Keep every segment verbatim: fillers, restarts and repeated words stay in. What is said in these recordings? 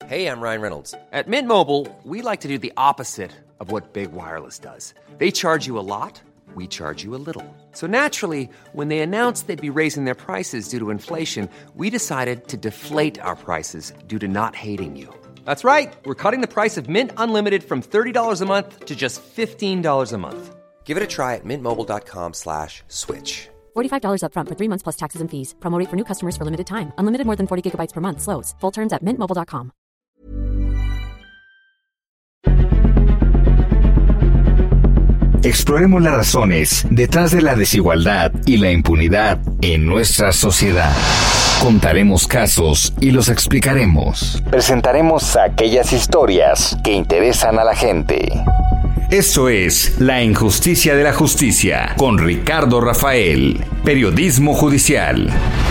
Hey, I'm Ryan Reynolds. At Mint Mobile, we like to do the opposite of what Big Wireless does. They charge you a lot, we charge you a little. So naturally, when they announced they'd be raising their prices due to inflation, we decided to deflate our prices due to not hating you. That's right. We're cutting the price of Mint Unlimited from thirty dollars a month to just fifteen dollars a month. Give it a try at mintmobile.com slash switch. forty-five dollars up front for three months plus taxes and fees. Promo rate for new customers for limited time. Unlimited more than forty gigabytes per month. Slows full terms at mint mobile dot com. Exploremos las razones detrás de la desigualdad y la impunidad en nuestra sociedad. Contaremos casos y los explicaremos. Presentaremos aquellas historias que interesan a la gente. Esto es La Injusticia de la Justicia con Ricardo Rafael, periodismo judicial.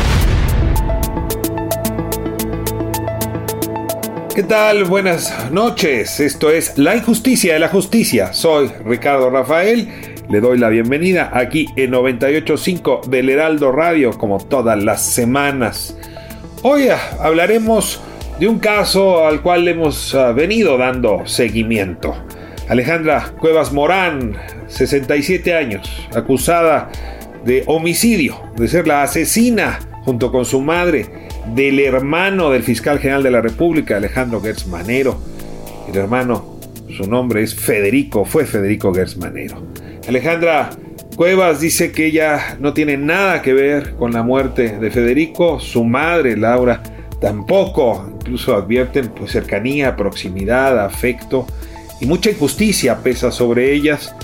¿Qué tal? Buenas noches. Esto es La Injusticia de la Justicia. Soy Ricardo Rafael. Le doy la bienvenida aquí en noventa y ocho punto cinco del Heraldo Radio, como todas las semanas. Hoy hablaremos de un caso al cual hemos uh, venido dando seguimiento. Alejandra Cuevas Morán, sesenta y siete años, acusada de homicidio, de ser la asesina, junto con su madre, del hermano del fiscal general de la República, Alejandro Gertz Manero. El hermano, su nombre es Federico, fue Federico Gertz Manero. Alejandra Cuevas dice que ella no tiene nada que ver con la muerte de Federico, su madre, Laura, tampoco. Incluso advierten pues cercanía, proximidad, afecto y mucha injusticia pesa sobre ellas.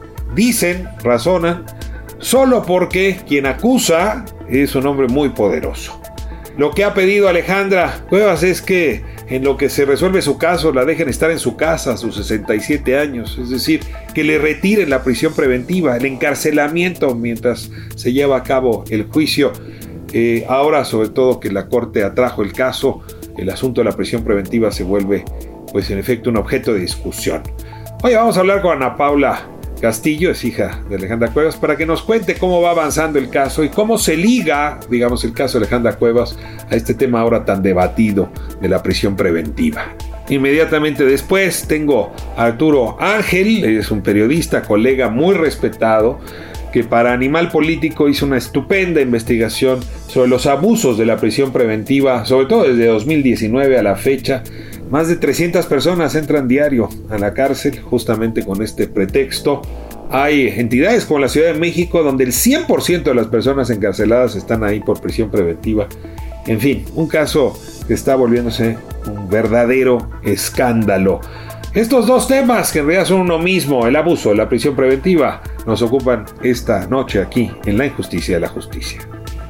Dicen, razonan, solo porque quien acusa es un hombre muy poderoso. Lo que ha pedido Alejandra Cuevas es que en lo que se resuelve su caso la dejen estar en su casa a sus sesenta y siete años, es decir, que le retiren la prisión preventiva, el encarcelamiento mientras se lleva a cabo el juicio. Eh, ahora, sobre todo que la Corte atrajo el caso, el asunto de la prisión preventiva se vuelve, pues en efecto, un objeto de discusión. Hoy vamos a hablar con Ana Paula Castillo, es hija de Alejandra Cuevas, para que nos cuente cómo va avanzando el caso y cómo se liga, digamos, el caso de Alejandra Cuevas a este tema ahora tan debatido de la prisión preventiva. Inmediatamente después tengo a Arturo Ángel, es un periodista, colega muy respetado, que para Animal Político hizo una estupenda investigación sobre los abusos de la prisión preventiva, sobre todo desde dos mil diecinueve a la fecha. Más de trescientas personas entran diario a la cárcel justamente con este pretexto. Hay entidades como la Ciudad de México donde el cien por ciento de las personas encarceladas están ahí por prisión preventiva. En fin, un caso que está volviéndose un verdadero escándalo. Estos dos temas, que en realidad son uno mismo, el abuso de la prisión preventiva, nos ocupan esta noche aquí en La Injusticia de la Justicia.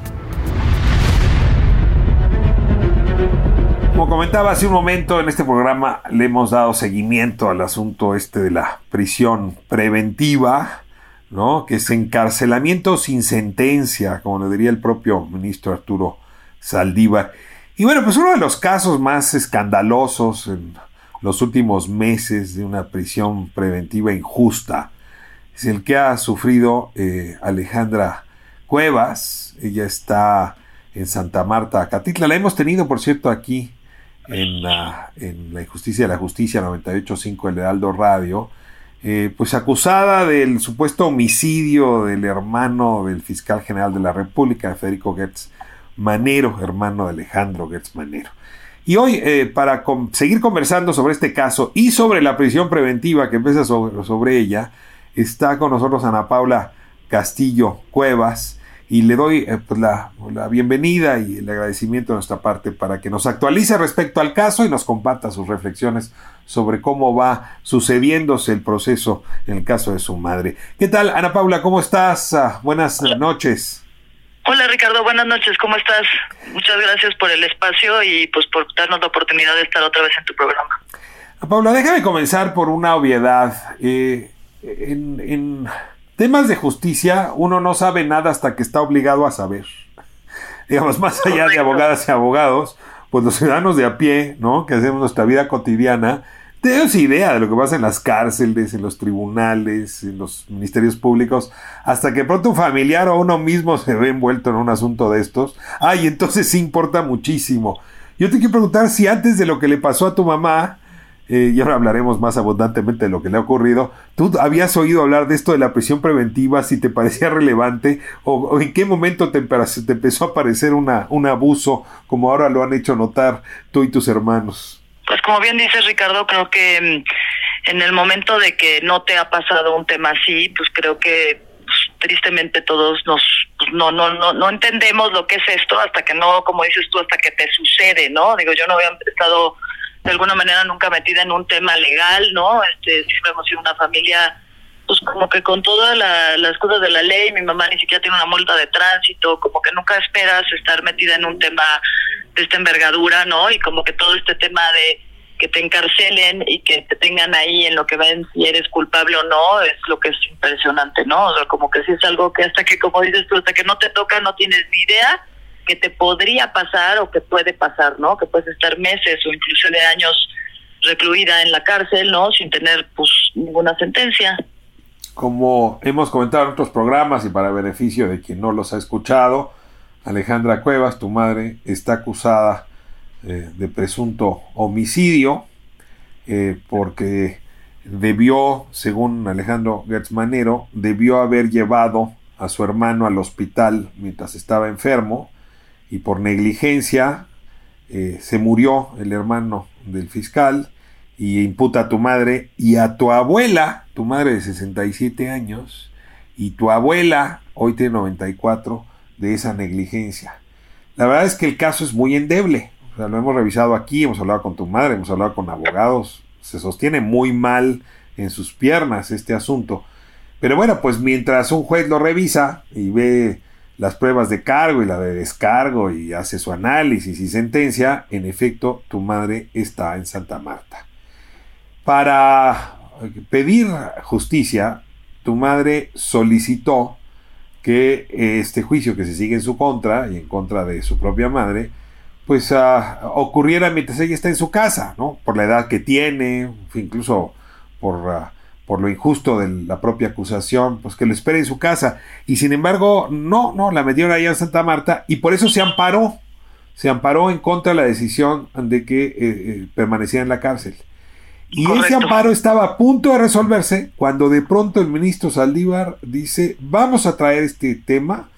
Como comentaba hace un momento, en este programa le hemos dado seguimiento al asunto este de la prisión preventiva, ¿no? Que es encarcelamiento sin sentencia, como le diría el propio ministro Arturo Saldívar. Y bueno, pues uno de los casos más escandalosos en los últimos meses de una prisión preventiva injusta es el que ha sufrido eh, Alejandra Cuevas. Ella está en Santa Marta, Catitla. La hemos tenido, por cierto, aquí en la, en la Injusticia de la Justicia, noventa y ocho punto cinco del Heraldo Radio, eh, pues acusada del supuesto homicidio del hermano del fiscal general de la República, Federico Gertz Manero, hermano de Alejandro Gertz Manero. Y hoy, eh, para com- seguir conversando sobre este caso y sobre la prisión preventiva que empieza sobre, sobre ella, está con nosotros Ana Paula Castillo Cuevas. Y le doy eh, pues la, la bienvenida y el agradecimiento de nuestra parte para que nos actualice respecto al caso y nos comparta sus reflexiones sobre cómo va sucediéndose el proceso en el caso de su madre. ¿Qué tal, Ana Paula? ¿Cómo estás? Uh, buenas Hola. noches. Hola, Ricardo. Buenas noches. ¿Cómo estás? Muchas gracias por el espacio y pues por darnos la oportunidad de estar otra vez en tu programa. Ana Paula, déjame comenzar por una obviedad. Eh, en... en... temas de justicia, uno no sabe nada hasta que está obligado a saber. Digamos, más allá Correcto. de abogadas y abogados, pues los ciudadanos de a pie, ¿no? Que hacemos nuestra vida cotidiana, tenemos idea de lo que pasa en las cárceles, en los tribunales, en los ministerios públicos, hasta que pronto un familiar o uno mismo se ve envuelto en un asunto de estos. Ay, entonces sí importa muchísimo. Yo te quiero preguntar si antes de lo que le pasó a tu mamá, eh, y ahora hablaremos más abundantemente de lo que le ha ocurrido, ¿tú habías oído hablar de esto de la prisión preventiva, si te parecía relevante, o, o en qué momento te, te empezó a parecer una, un abuso, como ahora lo han hecho notar tú y tus hermanos? Pues como bien dices, Ricardo, creo que en el momento de que no te ha pasado un tema así, pues creo que pues, tristemente todos nos pues, no no no no entendemos lo que es esto hasta que no, como dices tú, hasta que te sucede, ¿no? Digo, yo no había estado de alguna manera nunca metida en un tema legal, ¿no? Este, siempre hemos sido una familia, pues como que con todas la, las cosas de la ley. Mi mamá ni siquiera tiene una multa de tránsito, como que nunca esperas estar metida en un tema de esta envergadura, ¿no? Y como que todo este tema de que te encarcelen y que te tengan ahí en lo que ven si eres culpable o no, es lo que es impresionante, ¿no? O sea, como que sí es algo que hasta que, como dices tú, hasta que no te toca no tienes ni idea que te podría pasar o que puede pasar, ¿no? Que puedes estar meses o incluso de años recluida en la cárcel, ¿no? Sin tener, pues, ninguna sentencia. Como hemos comentado en otros programas y para beneficio de quien no los ha escuchado, Alejandra Cuevas, tu madre, está acusada eh, de presunto homicidio eh, porque debió, según Alejandro Gertz Manero, debió haber llevado a su hermano al hospital mientras estaba enfermo y por negligencia eh, se murió el hermano del fiscal y imputa a tu madre y a tu abuela, tu madre de sesenta y siete años, y tu abuela, hoy tiene noventa y cuatro, de esa negligencia. La verdad es que el caso es muy endeble. O sea, lo hemos revisado aquí, hemos hablado con tu madre, hemos hablado con abogados. Se sostiene muy mal en sus piernas este asunto. Pero bueno, pues mientras un juez lo revisa y ve las pruebas de cargo y la de descargo y hace su análisis y sentencia, en efecto, tu madre está en Santa Marta. Para pedir justicia, tu madre solicitó que este juicio que se sigue en su contra y en contra de su propia madre, pues uh, ocurriera mientras ella está en su casa, ¿no? Por la edad que tiene, incluso por, uh, por lo injusto de la propia acusación, pues que lo espere en su casa. Y sin embargo, no, no, la metieron allá en Santa Marta y por eso se amparó, se amparó en contra de la decisión de que eh, eh, permaneciera en la cárcel. Y Correcto. Ese amparo estaba a punto de resolverse cuando de pronto el ministro Saldívar dice, vamos a traer este tema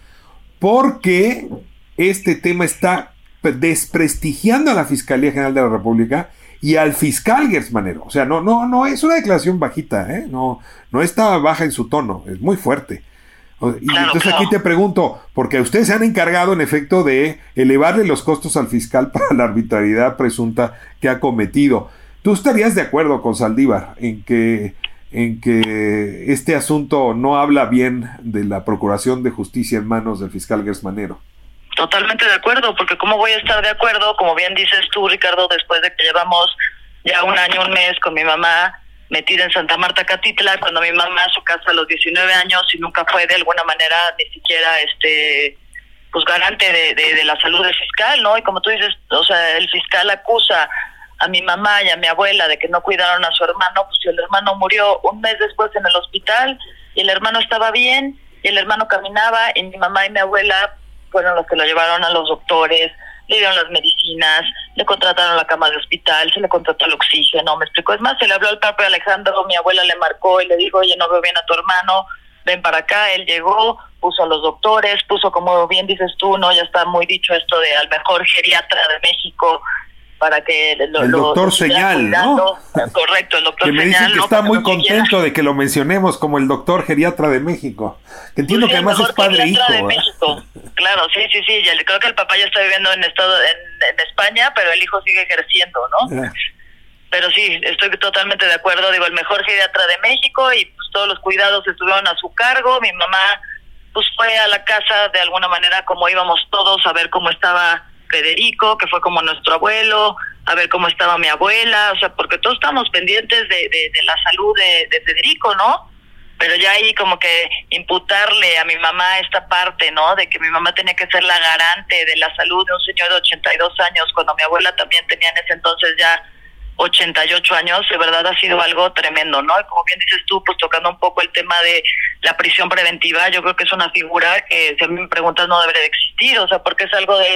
porque este tema está desprestigiando a la Fiscalía General de la República y al fiscal Gertz Manero. O sea, no, no, no es una declaración bajita, ¿eh? No, no está baja en su tono, es muy fuerte. Y claro, entonces claro. Aquí te pregunto, porque ustedes se han encargado en efecto de elevarle los costos al fiscal para la arbitrariedad presunta que ha cometido. ¿Tú estarías de acuerdo con Saldívar en que, en que este asunto no habla bien de la Procuración de Justicia en manos del fiscal Gertz Manero? Totalmente de acuerdo, porque ¿cómo voy a estar de acuerdo? Como bien dices tú, Ricardo, después de que llevamos ya un año, un mes con mi mamá metida en Santa Marta, Catitla, cuando mi mamá a su casa a los diecinueve años y nunca fue de alguna manera ni siquiera este pues garante de, de, de la salud del fiscal, ¿no? Y como tú dices, o sea, el fiscal acusa a mi mamá y a mi abuela de que no cuidaron a su hermano, pues el hermano murió un mes después en el hospital y el hermano estaba bien y el hermano caminaba y mi mamá y mi abuela fueron los que lo llevaron a los doctores, le dieron las medicinas, le contrataron la cama de hospital, se le contrató el oxígeno, me explicó. Es más, se le habló al propio Alejandro, mi abuela le marcó y le dijo, oye, no veo bien a tu hermano, ven para acá. Él llegó, puso a los doctores, puso, como bien dices tú, no, ya está muy dicho esto de al mejor geriatra de México, para que lo, el doctor lo Señal, ¿no? Correcto, el doctor que me Señal, dice que ¿no? está Porque muy no contento quiera. de que lo mencionemos como el doctor geriatra de México, que entiendo pues sí, que además es padre hijo, de ¿eh? México. Claro, sí, sí, sí, ya, creo que el papá ya está viviendo en estado en, en España, pero el hijo sigue ejerciendo, ¿no? Yeah. Pero sí, estoy totalmente de acuerdo, digo, el mejor geriatra de México y pues todos los cuidados estuvieron a su cargo. Mi mamá pues fue a la casa de alguna manera como íbamos todos a ver cómo estaba Federico, que fue como nuestro abuelo, a ver cómo estaba mi abuela, o sea, porque todos estamos pendientes de, de, de la salud de, de Federico, ¿no? Pero ya ahí como que imputarle a mi mamá esta parte, ¿no? De que mi mamá tenía que ser la garante de la salud de un señor de ochenta y dos años, cuando mi abuela también tenía en ese entonces ya ochenta y ocho años, de verdad ha sido algo tremendo, ¿no? Y como bien dices tú, pues tocando un poco el tema de la prisión preventiva, yo creo que es una figura que, si a mí me preguntas, no debería de existir, o sea, porque es algo de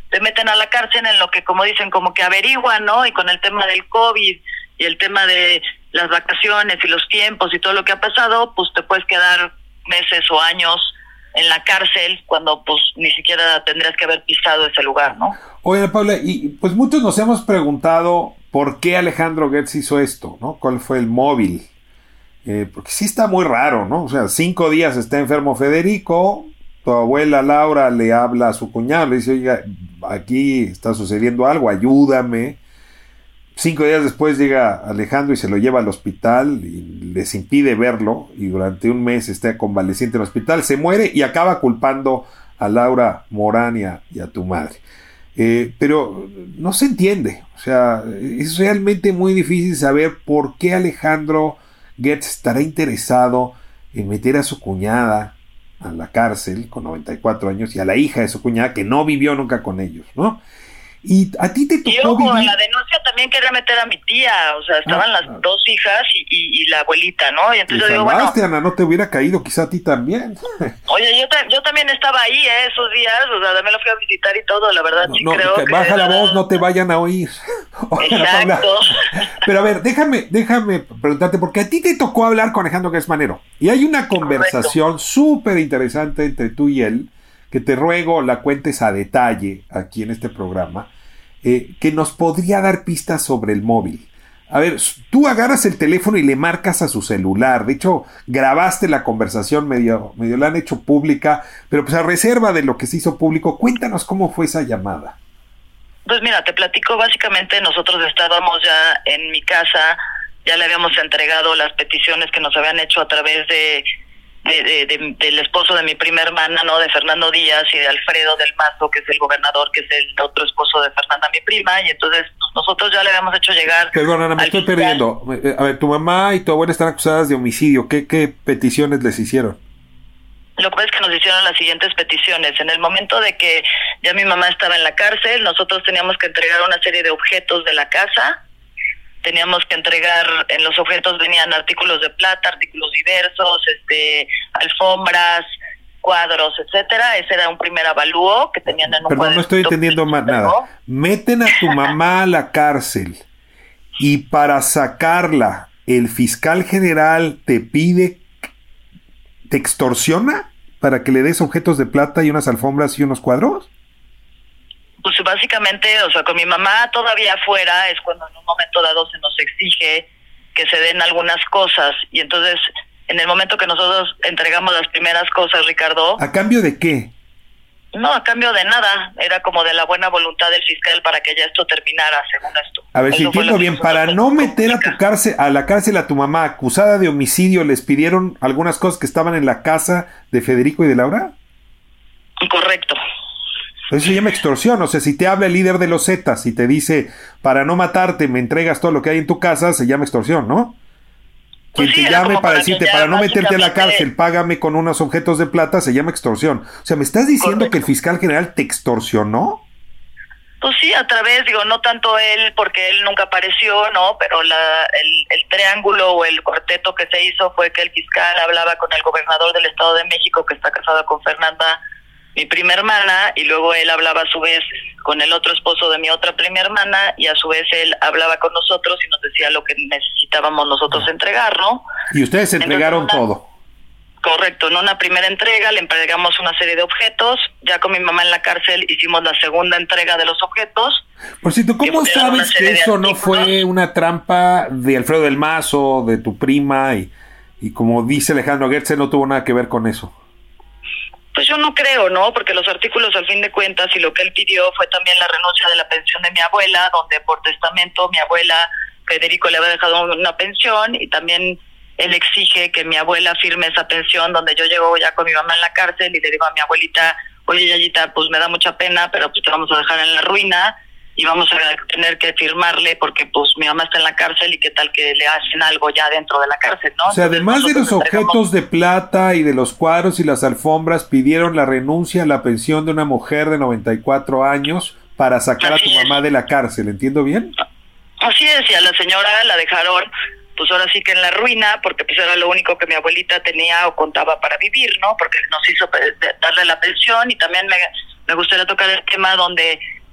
te meten a la cárcel en lo que, como dicen, como que averiguan, ¿no? Y con el tema del COVID y el tema de las vacaciones y los tiempos y todo lo que ha pasado, pues te puedes quedar meses o años en la cárcel cuando pues ni siquiera tendrías que haber pisado ese lugar, ¿no? Oye, Paula, y pues muchos nos hemos preguntado por qué Alejandro Gertz hizo esto, ¿no? ¿Cuál fue el móvil? Eh, porque sí está muy raro, ¿no? O sea, cinco días está enfermo Federico, tu abuela Laura le habla a su cuñado, le dice, oiga, aquí está sucediendo algo, ayúdame. Cinco días después llega Alejandro y se lo lleva al hospital y les impide verlo, y durante un mes está convaleciente en el hospital, se muere y acaba culpando a Laura Morán y a, y a tu madre. Eh, pero no se entiende, o sea, es realmente muy difícil saber por qué Alejandro Gertz estará interesado en meter a su cuñada a la cárcel con noventa y cuatro años y a la hija de su cuñada que no vivió nunca con ellos, ¿no? Y a ti te tocó y ojo, vivir... en la denuncia también quería meter a mi tía, o sea, estaban ah, las ah. dos hijas y, y, y la abuelita, ¿no? Y entonces yo digo, bueno... Ana, no te hubiera caído quizá a ti también. Oye, yo, ta- yo también estaba ahí, ¿eh? Esos días, o sea, también lo fui a visitar y todo, la verdad, no, sí no, creo que... Baja la verdad... voz, no te vayan a oír. Exacto. Pero a ver, déjame, déjame preguntarte, porque a ti te tocó hablar con Alejandro Gertz Manero, y hay una conversación súper interesante entre tú y él, que te ruego la cuentes a detalle aquí en este programa, Eh, que nos podría dar pistas sobre el móvil. A ver, tú agarras el teléfono y le marcas a su celular. De hecho, grabaste la conversación, medio, medio la han hecho pública, pero pues a reserva de lo que se hizo público, cuéntanos cómo fue esa llamada. Pues mira, te platico, básicamente nosotros estábamos ya en mi casa, ya le habíamos entregado las peticiones que nos habían hecho a través de De, de, de, del esposo de mi prima hermana, ¿no? De Fernando Díaz y de Alfredo del Mazo, que es el gobernador, que es el otro esposo de Fernanda, mi prima, y entonces pues, nosotros ya le habíamos hecho llegar... Perdona, me estoy fiscal. perdiendo. A ver, tu mamá y tu abuela están acusadas de homicidio. ¿Qué, qué peticiones les hicieron? Lo que pasa es que nos hicieron las siguientes peticiones. En el momento de que ya mi mamá estaba en la cárcel, nosotros teníamos que entregar una serie de objetos de la casa. Teníamos que entregar, en los objetos venían artículos de plata, artículos diversos, este, alfombras, cuadros, etcétera. Ese era un primer avalúo que tenían en un Perdón, no estoy entendiendo más nada. Meten a tu mamá a la cárcel y para sacarla, el fiscal general te pide, te extorsiona para que le des objetos de plata y unas alfombras y unos cuadros. Pues básicamente, o sea, con mi mamá todavía afuera es cuando en un momento dado se nos exige que se den algunas cosas, y entonces en el momento que nosotros entregamos las primeras cosas, Ricardo... ¿A cambio de qué? No, a cambio de nada, era como de la buena voluntad del fiscal para que ya esto terminara, según esto. A ver, si entiendo bien, para no meter a tu cárcel, a la cárcel a tu mamá acusada de homicidio, ¿les pidieron algunas cosas que estaban en la casa de Federico y de Laura? Correcto. Eso se llama extorsión. O sea, si te habla el líder de los Zetas y te dice, para no matarte, me entregas todo lo que hay en tu casa, se llama extorsión, ¿no? Quien pues sí, te llame para, para decirte, para no meterte a la cárcel, págame con unos objetos de plata, se llama extorsión. O sea, ¿me estás diciendo correcto. que el fiscal general te extorsionó? Pues sí, a través, digo, no tanto él, porque él nunca apareció, ¿no? Pero la, el, el triángulo o el cuarteto que se hizo fue que el fiscal hablaba con el gobernador del Estado de México, que está casado con Fernanda, mi prima hermana, y luego él hablaba a su vez con el otro esposo de mi otra prima hermana, y a su vez él hablaba con nosotros y nos decía lo que necesitábamos nosotros entregar, ¿no? Y ustedes entregaron Entonces, una, todo. Correcto, en una primera entrega le entregamos una serie de objetos, ya con mi mamá en la cárcel hicimos la segunda entrega de los objetos. Por cierto, ¿cómo sabes que eso no fue una trampa de Alfredo del Mazo, de tu prima, y, y como dice Alejandro Gertz, no tuvo nada que ver con eso? Pues yo no creo, ¿no? Porque los artículos, al fin de cuentas, y lo que él pidió fue también la renuncia de la pensión de mi abuela, donde por testamento mi abuela, Federico, le había dejado una pensión, y también él exige que mi abuela firme esa pensión, donde yo llego ya con mi mamá en la cárcel y le digo a mi abuelita, oye, Yayita, pues me da mucha pena, pero pues te vamos a dejar en la ruina y vamos a tener que firmarle porque pues mi mamá está en la cárcel y qué tal que le hacen algo ya dentro de la cárcel, ¿no? O sea, además de los objetos de plata y de los cuadros y las alfombras, pidieron la renuncia a la pensión de una mujer de noventa y cuatro años para sacar Así a tu es. mamá de la cárcel, ¿entiendo bien? Así es, y a la señora la dejaron pues ahora sí que en la ruina, porque pues era lo único que mi abuelita tenía o contaba para vivir, ¿no? Porque nos hizo darle la pensión, y también me, me gustaría tocar el tema donde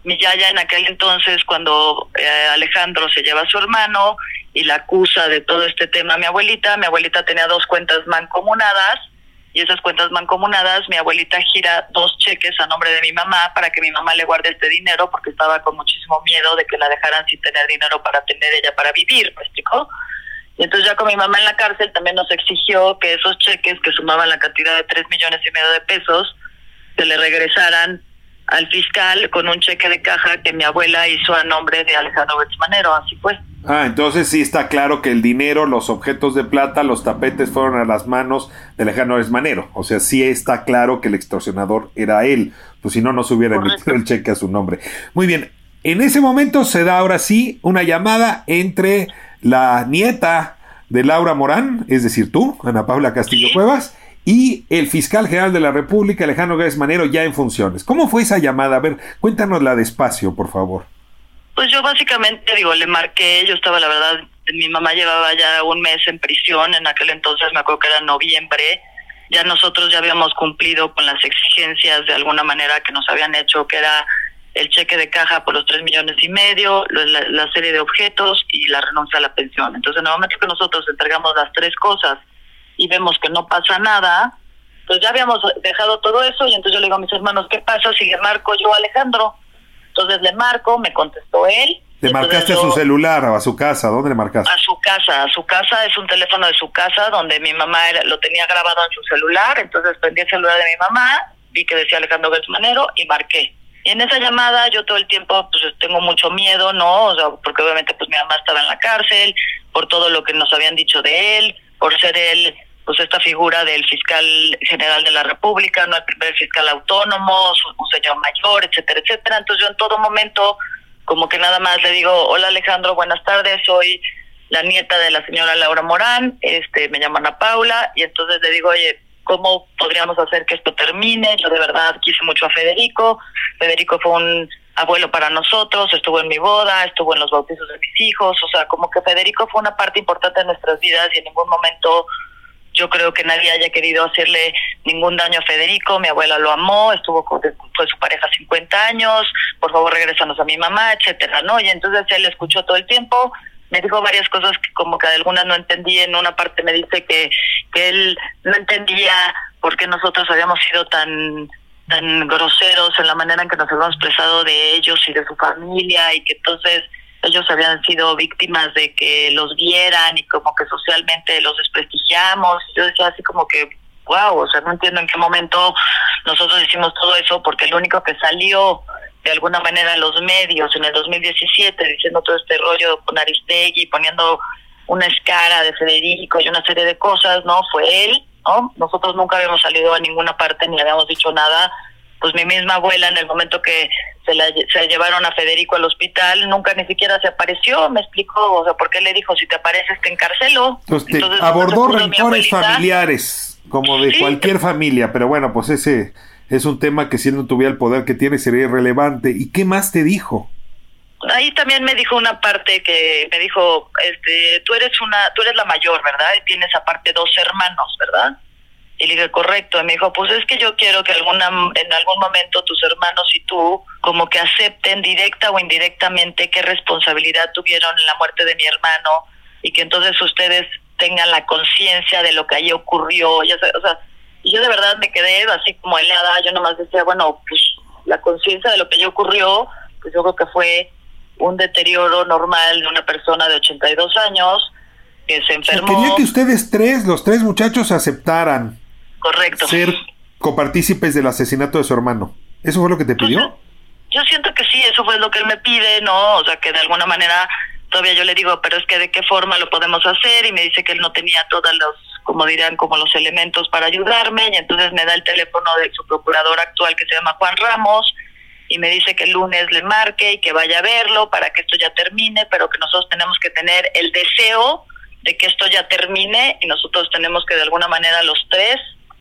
mi yaya en aquel entonces, cuando eh, Alejandro se lleva a su hermano y la acusa de todo este tema a mi abuelita, mi abuelita tenía dos cuentas mancomunadas, y esas cuentas mancomunadas, mi abuelita gira dos cheques a nombre de mi mamá para que mi mamá le guarde este dinero, porque estaba con muchísimo miedo de que la dejaran sin tener dinero para tener ella para vivir, ¿me explicó? Y entonces ya con mi mamá en la cárcel también nos exigió que esos cheques, que sumaban la cantidad de tres millones y medio de pesos, se le regresaran al fiscal con un cheque de caja que mi abuela hizo a nombre de Alejandro Gertz Manero, así fue. Ah, entonces sí está claro que el dinero, los objetos de plata, los tapetes fueron a las manos de Alejandro Gertz Manero. O sea, sí está claro que el extorsionador era él, pues si no, no se hubiera Correcto. emitido el cheque a su nombre. Muy bien, en ese momento se da ahora sí una llamada entre la nieta de Laura Morán, es decir, tú, Ana Paula Castillo ¿Sí? Cuevas, y el fiscal general de la República, Alejandro Gertz Manero, ya en funciones. ¿Cómo fue esa llamada? A ver, cuéntanosla despacio, por favor. Pues yo básicamente, digo, le marqué, yo estaba, la verdad, mi mamá llevaba ya un mes en prisión, en aquel entonces me acuerdo que era noviembre, ya nosotros ya habíamos cumplido con las exigencias de alguna manera que nos habían hecho, que era el cheque de caja por los tres millones y medio, la, la serie de objetos y la renuncia a la pensión. Entonces, en el momento que nosotros entregamos las tres cosas y vemos que no pasa nada, pues ya habíamos dejado todo eso, y entonces yo le digo a mis hermanos, ¿qué pasa si le marco yo a Alejandro? Entonces le marco, me contestó él. ¿Le marcaste a su celular o a su casa? ¿Dónde le marcaste? A su casa, a su casa, es un teléfono de su casa donde mi mamá era, lo tenía grabado en su celular, entonces prendí el celular de mi mamá, vi que decía Alejandro Gertz Manero y marqué. Y en esa llamada yo todo el tiempo pues tengo mucho miedo, ¿no? O sea, porque obviamente pues mi mamá estaba en la cárcel, por todo lo que nos habían dicho de él, por ser él pues esta figura del fiscal general de la República, no el primer fiscal autónomo, un señor mayor, etcétera, etcétera. Entonces yo en todo momento como que nada más le digo, hola Alejandro, buenas tardes, soy la nieta de la señora Laura Morán, este, me llamo Ana Paula, y entonces le digo, oye, ¿cómo podríamos hacer que esto termine? Yo de verdad quise mucho a Federico, Federico fue un abuelo para nosotros, estuvo en mi boda, estuvo en los bautizos de mis hijos, o sea, como que Federico fue una parte importante de nuestras vidas y en ningún momento yo creo que nadie haya querido hacerle ningún daño a Federico. Mi abuela lo amó, estuvo con, fue su pareja cincuenta años, por favor regrésanos a mi mamá, etcétera, ¿no? Y entonces él escuchó todo el tiempo, me dijo varias cosas que como que de algunas no entendí. En una parte me dice que, que él no entendía por qué nosotros habíamos sido tan tan groseros en la manera en que nos habíamos expresado de ellos y de su familia, y que entonces ellos habían sido víctimas de que los vieran y como que socialmente los desprestigiamos. Yo decía así como que, wow, o sea, no entiendo en qué momento nosotros hicimos todo eso, porque lo único que salió de alguna manera en los medios en el dos mil diecisiete diciendo todo este rollo con Aristegui, poniendo una escara de Federico y una serie de cosas, ¿no? Fue él, ¿no? Nosotros nunca habíamos salido a ninguna parte ni habíamos dicho nada. Pues mi misma abuela, en el momento que se la se llevaron a Federico al hospital, nunca ni siquiera se apareció, me explicó, o sea, porque él le dijo, si te apareces te encarcelo. Entonces, te Entonces, abordó mi rencores abuelita familiares, como de Sí. cualquier familia, pero bueno, pues ese es un tema que si él no tuviera el poder que tiene sería irrelevante. ¿Y qué más te dijo? Ahí también me dijo una parte que me dijo, este, tú eres una, tú eres la mayor, ¿verdad? Y tienes aparte dos hermanos, ¿verdad? Y le dije, correcto. Y me dijo, pues es que yo quiero que alguna en algún momento tus hermanos y tú como que acepten directa o indirectamente qué responsabilidad tuvieron en la muerte de mi hermano, y que entonces ustedes tengan la conciencia de lo que allí ocurrió. Ya sé, o sea, y yo de verdad me quedé así como helada. Yo nomás decía, bueno, pues la conciencia de lo que allí ocurrió, pues yo creo que fue un deterioro normal de una persona de ochenta y dos años que se enfermó. O sea, quería que ustedes tres, los tres muchachos, aceptaran Correcto. ser copartícipes del asesinato de su hermano. ¿Eso fue lo que te pidió? Pues, yo siento que sí, eso fue lo que él me pide, ¿no? O sea, que de alguna manera todavía yo le digo, pero es que de qué forma lo podemos hacer, y me dice que él no tenía todos los, como dirán, como los elementos para ayudarme, y entonces me da el teléfono de su procurador actual, que se llama Juan Ramos, y me dice que el lunes le marque y que vaya a verlo para que esto ya termine, pero que nosotros tenemos que tener el deseo de que esto ya termine, y nosotros tenemos que de alguna manera los tres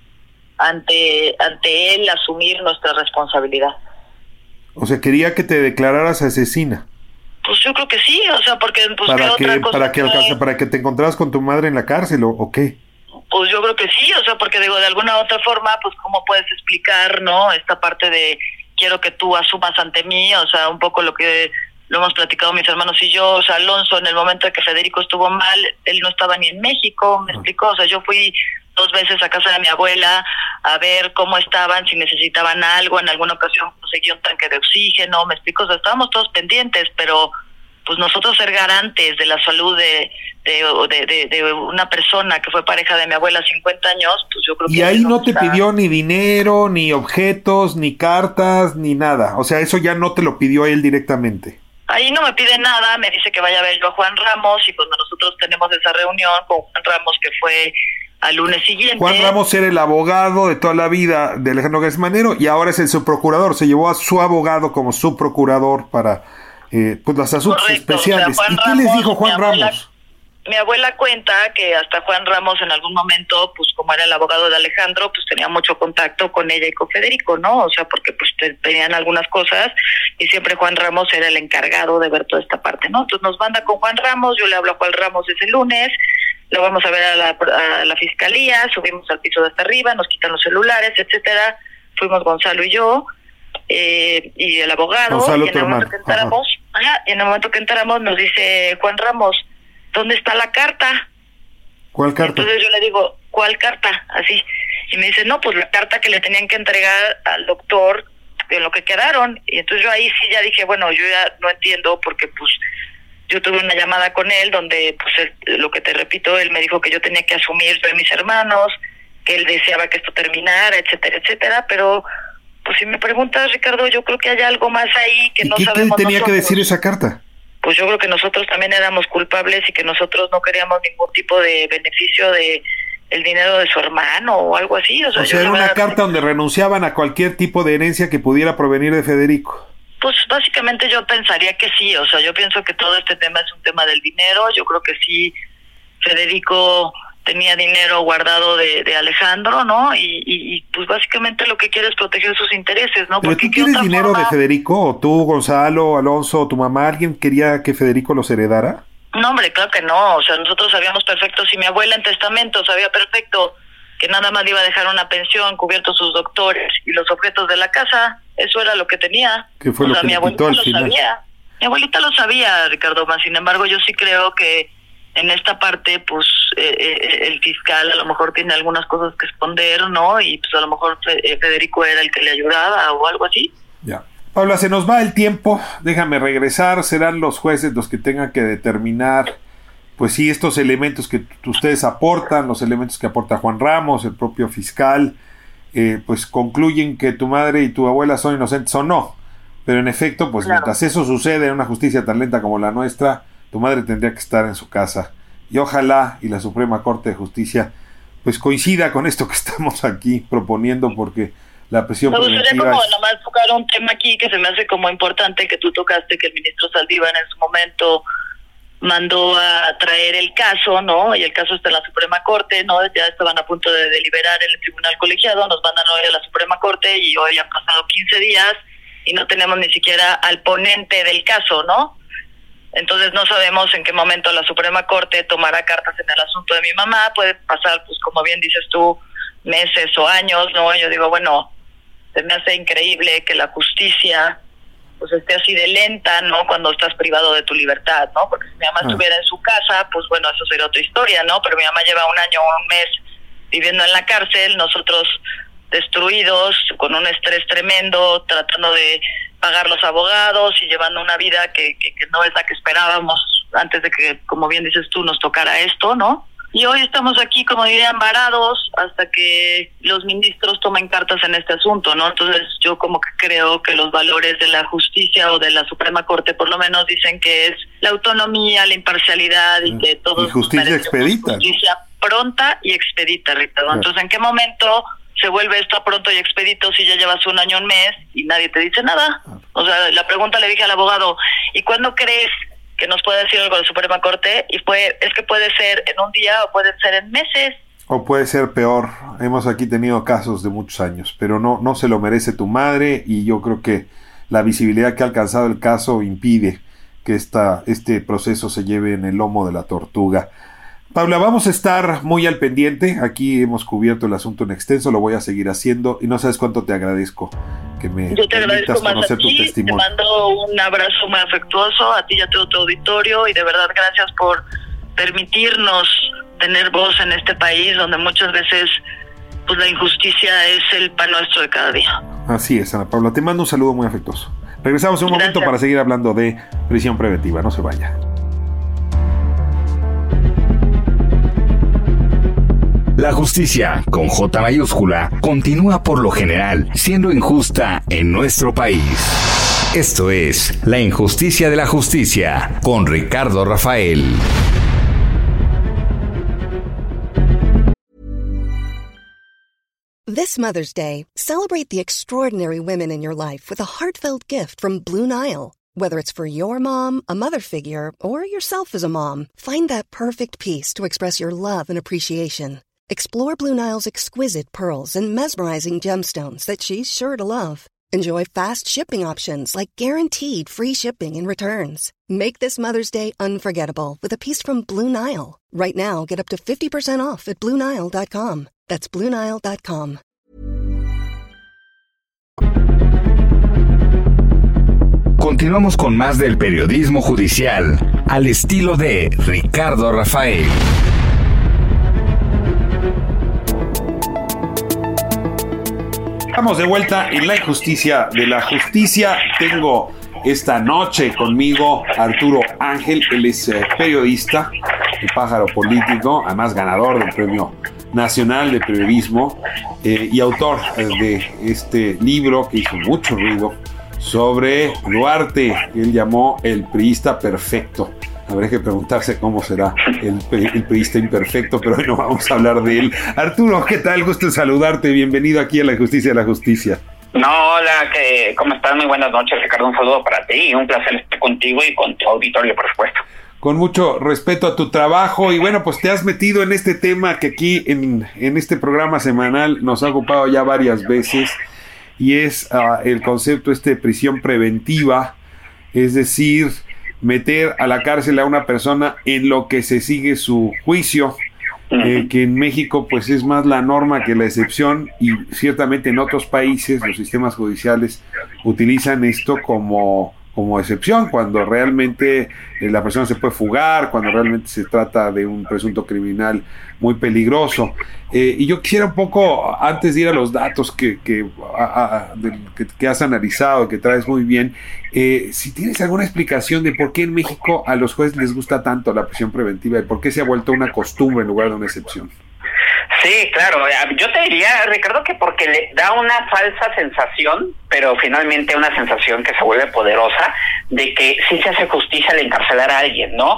ante ante él asumir nuestra responsabilidad. O sea, quería que te declararas asesina. Pues yo creo que sí, o sea, porque pues para ¿qué que otra cosa para que puede? alcanza, para que te encontraras con tu madre en la cárcel, ¿o, o qué? Pues yo creo que sí, o sea, porque digo, de alguna u otra forma, pues cómo puedes explicar, ¿no? Esta parte de quiero que tú asumas ante mí, o sea, un poco lo que lo hemos platicado mis hermanos y yo, o sea, Alonso, en el momento de que Federico estuvo mal, él no estaba ni en México, me explicó, o sea, yo fui dos veces a casa de mi abuela a ver cómo estaban, si necesitaban algo, en alguna ocasión conseguí un tanque de oxígeno, me explicó, o sea, estábamos todos pendientes, pero pues nosotros ser garantes de la salud de de, de, de, de una persona que fue pareja de mi abuela cincuenta años, pues yo creo que... Y ahí no te está... pidió ni dinero, ni objetos, ni cartas, ni nada, o sea, eso ya no te lo pidió él directamente. Ahí no me pide nada, me dice que vaya a ver yo a Juan Ramos, y cuando nosotros tenemos esa reunión con Juan Ramos, que fue al lunes siguiente... Juan Ramos era el abogado de toda la vida de Alejandro García Manero y ahora es el subprocurador, se llevó a su abogado como subprocurador para eh, pues los asuntos Correcto, especiales. O sea, ¿Y qué Ramos, les dijo Juan mi abuela, Ramos? Mi abuela cuenta que hasta Juan Ramos en algún momento, pues como era el abogado de Alejandro, pues tenía mucho contacto con ella y con Federico, ¿no? O sea, porque pues tenían algunas cosas y siempre Juan Ramos era el encargado de ver toda esta parte, ¿no? Entonces nos manda con Juan Ramos, yo le hablo a Juan Ramos ese lunes, lo vamos a ver a la, a la fiscalía, subimos al piso de hasta arriba, nos quitan los celulares, etcétera. Fuimos Gonzalo y yo, eh, y el abogado, Gonzalo, y en el momento que entramos, ajá, y en el momento que entramos nos dice Juan Ramos, ¿dónde está la carta? ¿Cuál carta? Entonces yo le digo, ¿cuál carta? Así. Y me dice, no, pues la carta que le tenían que entregar al doctor en lo que quedaron. Y entonces yo ahí sí ya dije, bueno, yo ya no entiendo porque pues yo tuve una llamada con él donde, pues él, lo que te repito, él me dijo que yo tenía que asumir yo y mis hermanos, que él deseaba que esto terminara, etcétera, etcétera, pero pues si me preguntas, Ricardo, yo creo que hay algo más ahí que ¿Y no qué sabemos te tenía nosotros. que decir esa carta? Pues yo creo que nosotros también éramos culpables y que nosotros no queríamos ningún tipo de beneficio de el dinero de su hermano o algo así. O sea, O sea, era una carta donde renunciaban a cualquier tipo de herencia que pudiera provenir de Federico. Pues básicamente yo pensaría que sí, o sea, yo pienso que todo este tema es un tema del dinero, yo creo que sí, Federico tenía dinero guardado de, de Alejandro, ¿no? Y, y, y pues básicamente lo que quiere es proteger sus intereses, ¿no? ¿Pero Porque tú tienes dinero forma... de Federico? ¿O tú, Gonzalo, Alonso, o tu mamá, alguien quería que Federico los heredara? No, hombre, claro que no, o sea, nosotros sabíamos perfecto, si mi abuela en testamento sabía perfecto que nada más le iba a dejar una pensión, cubiertos sus doctores y los objetos de la casa, eso era lo que tenía. ¿Qué fue o lo sea, que mi le abuelita quitó al lo final? sabía. Mi abuelita lo sabía, Ricardo, más sin embargo yo sí creo que en esta parte, pues, eh, eh, el fiscal a lo mejor tiene algunas cosas que esconder, ¿no? Y pues a lo mejor Federico era el que le ayudaba o algo así. Ya. Paula, se nos va el tiempo, déjame regresar, serán los jueces los que tengan que determinar, pues sí, estos elementos que t- ustedes aportan, los elementos que aporta Juan Ramos, el propio fiscal, eh, pues concluyen que tu madre y tu abuela son inocentes o no, pero en efecto, pues Claro. mientras eso sucede en una justicia tan lenta como la nuestra, tu madre tendría que estar en su casa, y ojalá y la Suprema Corte de Justicia pues coincida con esto que estamos aquí proponiendo, porque la prisión Me gustaría preventiva como es... nomás tocar un tema aquí que se me hace como importante que tú tocaste, que el ministro Saldívar en su momento mandó a traer el caso, ¿no? Y el caso está en la Suprema Corte, ¿no? Ya estaban a punto de deliberar en el Tribunal Colegiado, nos mandan hoy a la Suprema Corte y hoy han pasado quince días y no tenemos ni siquiera al ponente del caso, ¿no? Entonces no sabemos en qué momento la Suprema Corte tomará cartas en el asunto de mi mamá, puede pasar, pues como bien dices tú, meses o años, ¿no? Yo digo, bueno, se me hace increíble que la justicia pues esté así de lenta, ¿no? Cuando estás privado de tu libertad, ¿no? Porque si mi mamá Ah. estuviera en su casa, pues bueno, eso sería otra historia, ¿no? Pero mi mamá lleva un año o un mes viviendo en la cárcel, nosotros destruidos, con un estrés tremendo, tratando de pagar los abogados y llevando una vida que, que, que no es la que esperábamos antes de que, como bien dices tú, nos tocara esto, ¿no? Y hoy estamos aquí, como dirían, varados hasta que los ministros tomen cartas en este asunto, ¿no? Entonces yo como que creo que los valores de la justicia o de la Suprema Corte por lo menos dicen que es la autonomía, la imparcialidad y que todos Y justicia merecemos expedita, ¿no? justicia pronta y expedita, Ricardo. Claro. Entonces, ¿en qué momento se vuelve esto a pronto y expedito si ya llevas un año, un mes y nadie te dice nada? O sea, la pregunta le dije al abogado, ¿y cuándo crees que nos puede decir algo la Suprema Corte? Y fue, es que puede ser en un día o puede ser en meses. O puede ser peor, hemos aquí tenido casos de muchos años, pero no, no se lo merece tu madre y yo creo que la visibilidad que ha alcanzado el caso impide que esta, este proceso se lleve en el lomo de la tortuga. Paula, vamos a estar muy al pendiente. Aquí hemos cubierto el asunto en extenso, lo voy a seguir haciendo y no sabes cuánto te agradezco que me Yo te agradezco más a ti, te mando un abrazo muy afectuoso a ti y a todo tu auditorio y de verdad gracias por permitirnos tener voz en este país donde muchas veces pues la injusticia es el pan nuestro de cada día. Así es, Ana Paula, te mando un saludo muy afectuoso. Regresamos en un gracias. momento para seguir hablando de prisión preventiva, no se vaya. La justicia, con J mayúscula, continúa por lo general siendo injusta en nuestro país. Esto es La Injusticia de la Justicia, con Ricardo Rafael. This Mother's Day, celebrate the extraordinary women in your life with a heartfelt gift from Blue Nile. Whether it's for your mom, a mother figure, or yourself as a mom, find that perfect piece to express your love and appreciation. Explore Blue Nile's exquisite pearls and mesmerizing gemstones that she's sure to love. Enjoy fast shipping options like guaranteed free shipping and returns. Make this Mother's Day unforgettable with a piece from Blue Nile. Right now, get up to fifty percent off at Blue Nile dot com. That's Blue Nile dot com. Continuamos con más del periodismo judicial, al estilo de Ricardo Rafael. Estamos de vuelta en La Injusticia de la Justicia. Tengo esta noche conmigo Arturo Ángel, él es eh, periodista, el pájaro político, además ganador del Premio Nacional de Periodismo eh, y autor eh, de este libro que hizo mucho ruido sobre Duarte, que él llamó el priista perfecto. Habría que preguntarse cómo será el, el priista imperfecto, pero hoy no vamos a hablar de él. Arturo, ¿qué tal? Gusto en saludarte. Bienvenido aquí a La Injusticia de la Justicia. No, hola, ¿qué, ¿cómo estás? Muy buenas noches, Ricardo. Un saludo para ti y un placer estar contigo y con tu auditorio, por supuesto. Con mucho respeto a tu trabajo y bueno, pues te has metido en este tema que aquí en, en este programa semanal nos ha ocupado ya varias veces y es uh, el concepto este de prisión preventiva, es decir, meter a la cárcel a una persona en lo que se sigue su juicio, eh, que en México pues es más la norma que la excepción y ciertamente en otros países los sistemas judiciales utilizan esto como, como excepción, cuando realmente eh, la persona se puede fugar, cuando realmente se trata de un presunto criminal muy peligroso. Eh, y yo quisiera un poco, antes de ir a los datos que, que, a, a, de, que, que has analizado, que traes muy bien, eh, si tienes alguna explicación de por qué en México a los jueces les gusta tanto la prisión preventiva y por qué se ha vuelto una costumbre en lugar de una excepción. Sí, claro. Yo te diría, Ricardo, que porque le da una falsa sensación, pero finalmente una sensación que se vuelve poderosa, de que sí se hace justicia al encarcelar a alguien, ¿no?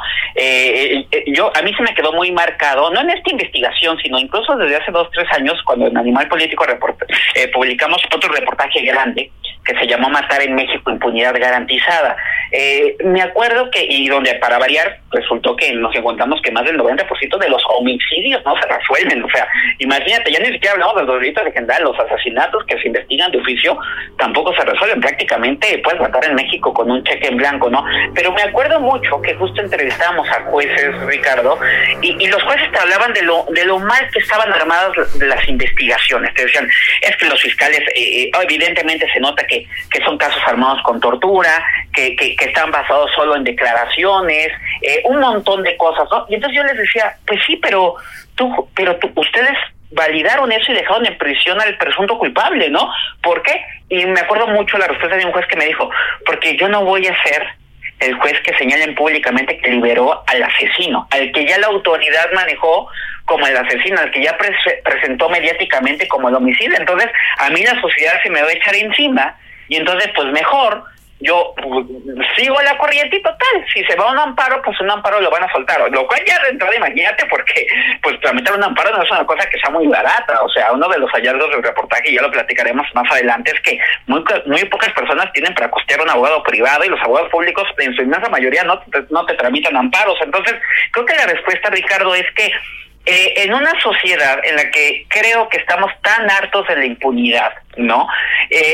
Eh, yo a mí se me quedó muy marcado, no en esta investigación, sino incluso desde hace dos, tres años, cuando en Animal Político report, eh, publicamos otro reportaje grande que se llamó Matar en México, impunidad garantizada. Eh, me acuerdo que, y donde para variar, resultó que nos encontramos que más del noventa por ciento de los homicidios no se resuelven. O sea, imagínate, ya ni siquiera hablamos de los delitos de general, los asesinatos que se investigan de oficio tampoco se resuelven. Prácticamente puedes matar en México con un cheque en blanco, ¿no? Pero me acuerdo mucho que justo entrevistábamos a jueces, Ricardo, y, y los jueces te hablaban de lo de lo mal que estaban armadas las investigaciones. Te decían, es que los fiscales, eh, evidentemente se nota que, que son casos armados con tortura, que, que, que están basados solo en declaraciones, eh, un montón de cosas, ¿no? Y entonces yo les decía, pues sí, pero tú, pero tú, ustedes validaron eso y dejaron en prisión al presunto culpable, ¿no? ¿Por qué? Y me acuerdo mucho la respuesta de un juez que me dijo, porque yo no voy a ser el juez que señalen públicamente que liberó al asesino, al que ya la autoridad manejó como el asesino, al que ya pre- presentó mediáticamente como el homicida. Entonces, a mí la sociedad se me va a echar encima y entonces, pues mejor yo pues, sigo la corriente y total, si se va a un amparo, pues un amparo lo van a soltar, lo cual ya de entrada, imagínate, porque pues tramitar un amparo no es una cosa que sea muy barata. O sea, uno de los hallazgos del reportaje, y ya lo platicaremos más adelante, es que muy muy pocas personas tienen para costear un abogado privado y los abogados públicos en su inmensa mayoría no te, no te tramitan amparos. Entonces, creo que la respuesta, Ricardo, es que eh, en una sociedad en la que creo que estamos tan hartos de la impunidad, ¿no? Eh,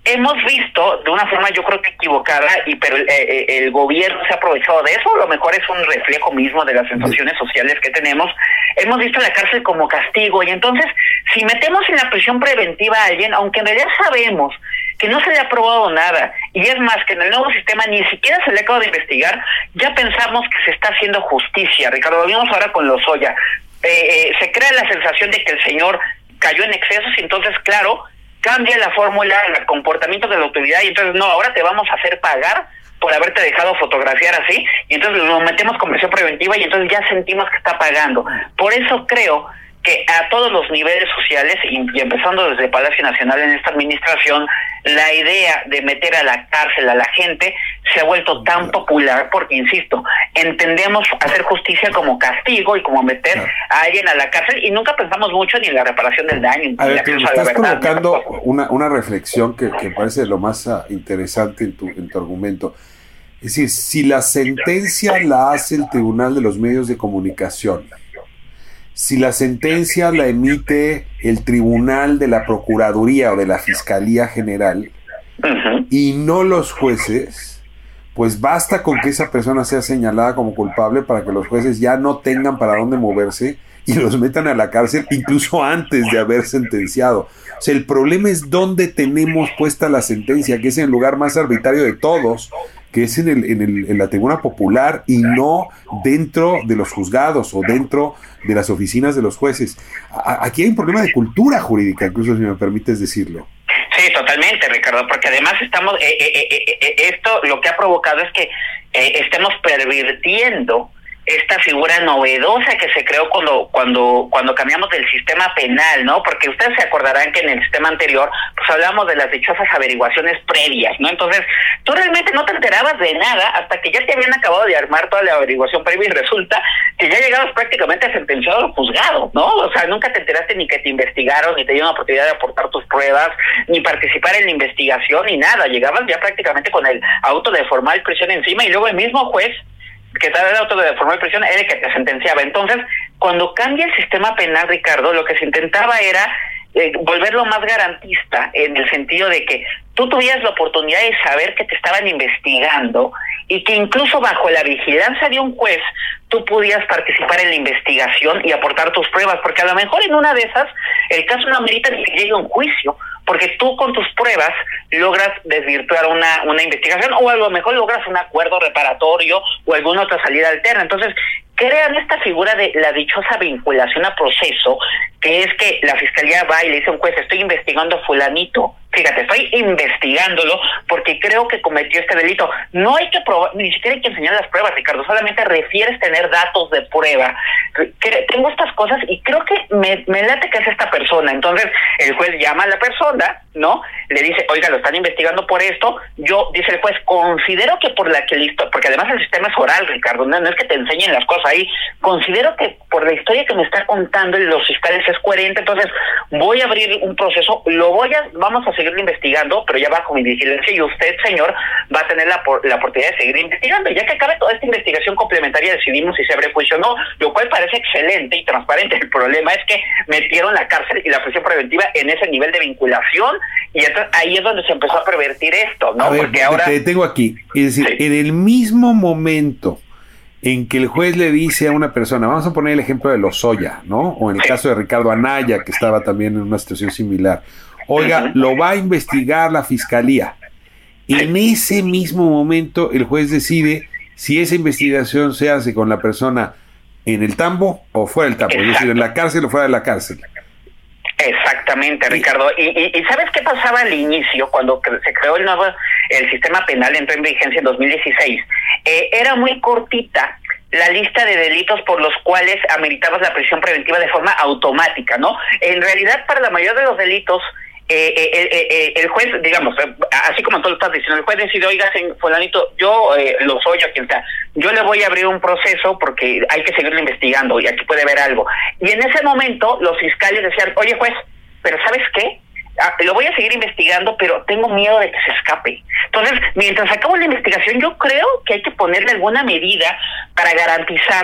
hemos visto de una forma yo creo que equivocada, y pero el, el, el gobierno se ha aprovechado de eso, a lo mejor es un reflejo mismo de las sensaciones sociales que tenemos. Hemos visto la cárcel como castigo, y entonces si metemos en la prisión preventiva a alguien, aunque en realidad sabemos que no se le ha probado nada, y es más, que en el nuevo sistema ni siquiera se le acaba de investigar, ya pensamos que se está haciendo justicia. Ricardo, lo vimos ahora con Lozoya. Eh, eh, se crea la sensación de que el señor cayó en excesos, y entonces, claro, cambia la fórmula, el comportamiento de la autoridad, y entonces, no, ahora te vamos a hacer pagar por haberte dejado fotografiar así, y entonces nos metemos con prisión preventiva, y entonces ya sentimos que está pagando. Por eso creo que a todos los niveles sociales, y, y empezando desde Palacio Nacional en esta administración, la idea de meter a la cárcel a la gente se ha vuelto tan popular porque, insisto, entendemos hacer justicia como castigo y como meter claro. a alguien a la cárcel, y nunca pensamos mucho ni en la reparación del daño. A ver, pero me estás provocando una, una reflexión que, que parece lo más uh, interesante en tu, en tu argumento. Es decir, si la sentencia la hace el Tribunal de los Medios de Comunicación, si la sentencia la emite el Tribunal de la Procuraduría o de la Fiscalía General, uh-huh. y no los jueces, pues basta con que esa persona sea señalada como culpable para que los jueces ya no tengan para dónde moverse y los metan a la cárcel incluso antes de haber sentenciado. O sea, el problema es dónde tenemos puesta la sentencia, que es en el lugar más arbitrario de todos, que es en, el, en, el, en la tribuna popular, y no dentro de los juzgados o dentro de las oficinas de los jueces. A, aquí hay un problema de cultura jurídica, incluso si me permites decirlo. Sí, totalmente, Ricardo, porque además estamos, eh, eh, eh, eh, esto lo que ha provocado es que eh, estemos pervirtiendo esta figura novedosa que se creó cuando cuando cuando cambiamos del sistema penal, ¿no? Porque ustedes se acordarán que en el sistema anterior pues hablamos de las dichosas averiguaciones previas, ¿no? Entonces, tú realmente no te enterabas de nada hasta que ya te habían acabado de armar toda la averiguación previa, y resulta que ya llegabas prácticamente sentenciado al juzgado, ¿no? O sea, nunca te enteraste ni que te investigaron, ni te dieron la oportunidad de aportar tus pruebas, ni participar en la investigación, ni nada. Llegabas ya prácticamente con el auto de formal prisión encima, y luego el mismo juez que te da el auto de formal prisión era el que te sentenciaba. Entonces, cuando cambia el sistema penal, Ricardo, lo que se intentaba era eh, volverlo más garantista, en el sentido de que tú tuvieras la oportunidad de saber que te estaban investigando, y que incluso bajo la vigilancia de un juez tú pudieras participar en la investigación y aportar tus pruebas, porque a lo mejor en una de esas el caso no amerita ni que llegue a un juicio, porque tú con tus pruebas logras desvirtuar una, una investigación, o a lo mejor logras un acuerdo reparatorio o alguna otra salida alterna. Entonces, crean esta figura de la dichosa vinculación a proceso, que es que la fiscalía va y le dice a un juez: estoy investigando a fulanito, fíjate, estoy investigándolo porque creo que cometió este delito. No hay que probar, ni siquiera hay que enseñar las pruebas, Ricardo, solamente refieres tener datos de prueba. Tengo estas cosas y creo que me, me late que es esta persona. Entonces el juez llama a la persona, ¿no? Le dice: oiga, lo están investigando por esto. Yo, dice el juez, considero que por la que listo, porque además el sistema es oral, Ricardo, no, no es que te enseñen las cosas ahí. Considero que por la historia que me está contando los fiscales es coherente, entonces voy a abrir un proceso, lo voy a, vamos a seguir investigando, pero ya bajo mi vigilancia, y usted, señor, va a tener la, la oportunidad de seguir investigando. Y ya que acabe toda esta investigación complementaria, decidimos si se abre juicio o no, lo cual parece excelente y transparente. El problema es que metieron la cárcel y la prisión preventiva en ese nivel de vinculación, y entonces ahí es donde se empezó a pervertir esto, ¿no? A ver, porque ahora te detengo aquí. Es decir, sí. En el mismo momento en que el juez le dice a una persona, vamos a poner el ejemplo de Lozoya, ¿no? O en el sí. caso de Ricardo Anaya, que estaba también en una situación similar. Oiga, uh-huh. lo va a investigar la fiscalía. En ese mismo momento el juez decide si esa investigación se hace con la persona en el tambo o fuera del tambo, Exacto. es decir, en la cárcel o fuera de la cárcel. Exactamente, Ricardo. Y, y, y ¿sabes qué pasaba al inicio, cuando se creó el nuevo el sistema penal, entró en vigencia en dos mil dieciséis? Eh, era muy cortita la lista de delitos por los cuales ameritabas la prisión preventiva de forma automática, ¿no? En realidad, para la mayoría de los delitos, Eh, eh, eh, eh, el juez, digamos, eh, así como tú lo estás diciendo, el juez decide: oiga, fulanito, yo eh, lo soy, a quien sea, yo le voy a abrir un proceso porque hay que seguirlo investigando y aquí puede haber algo. Y en ese momento los fiscales decían: oye, juez, pero ¿sabes qué? Ah, lo voy a seguir investigando, pero tengo miedo de que se escape. Entonces, mientras acabo la investigación, yo creo que hay que ponerle alguna medida para garantizar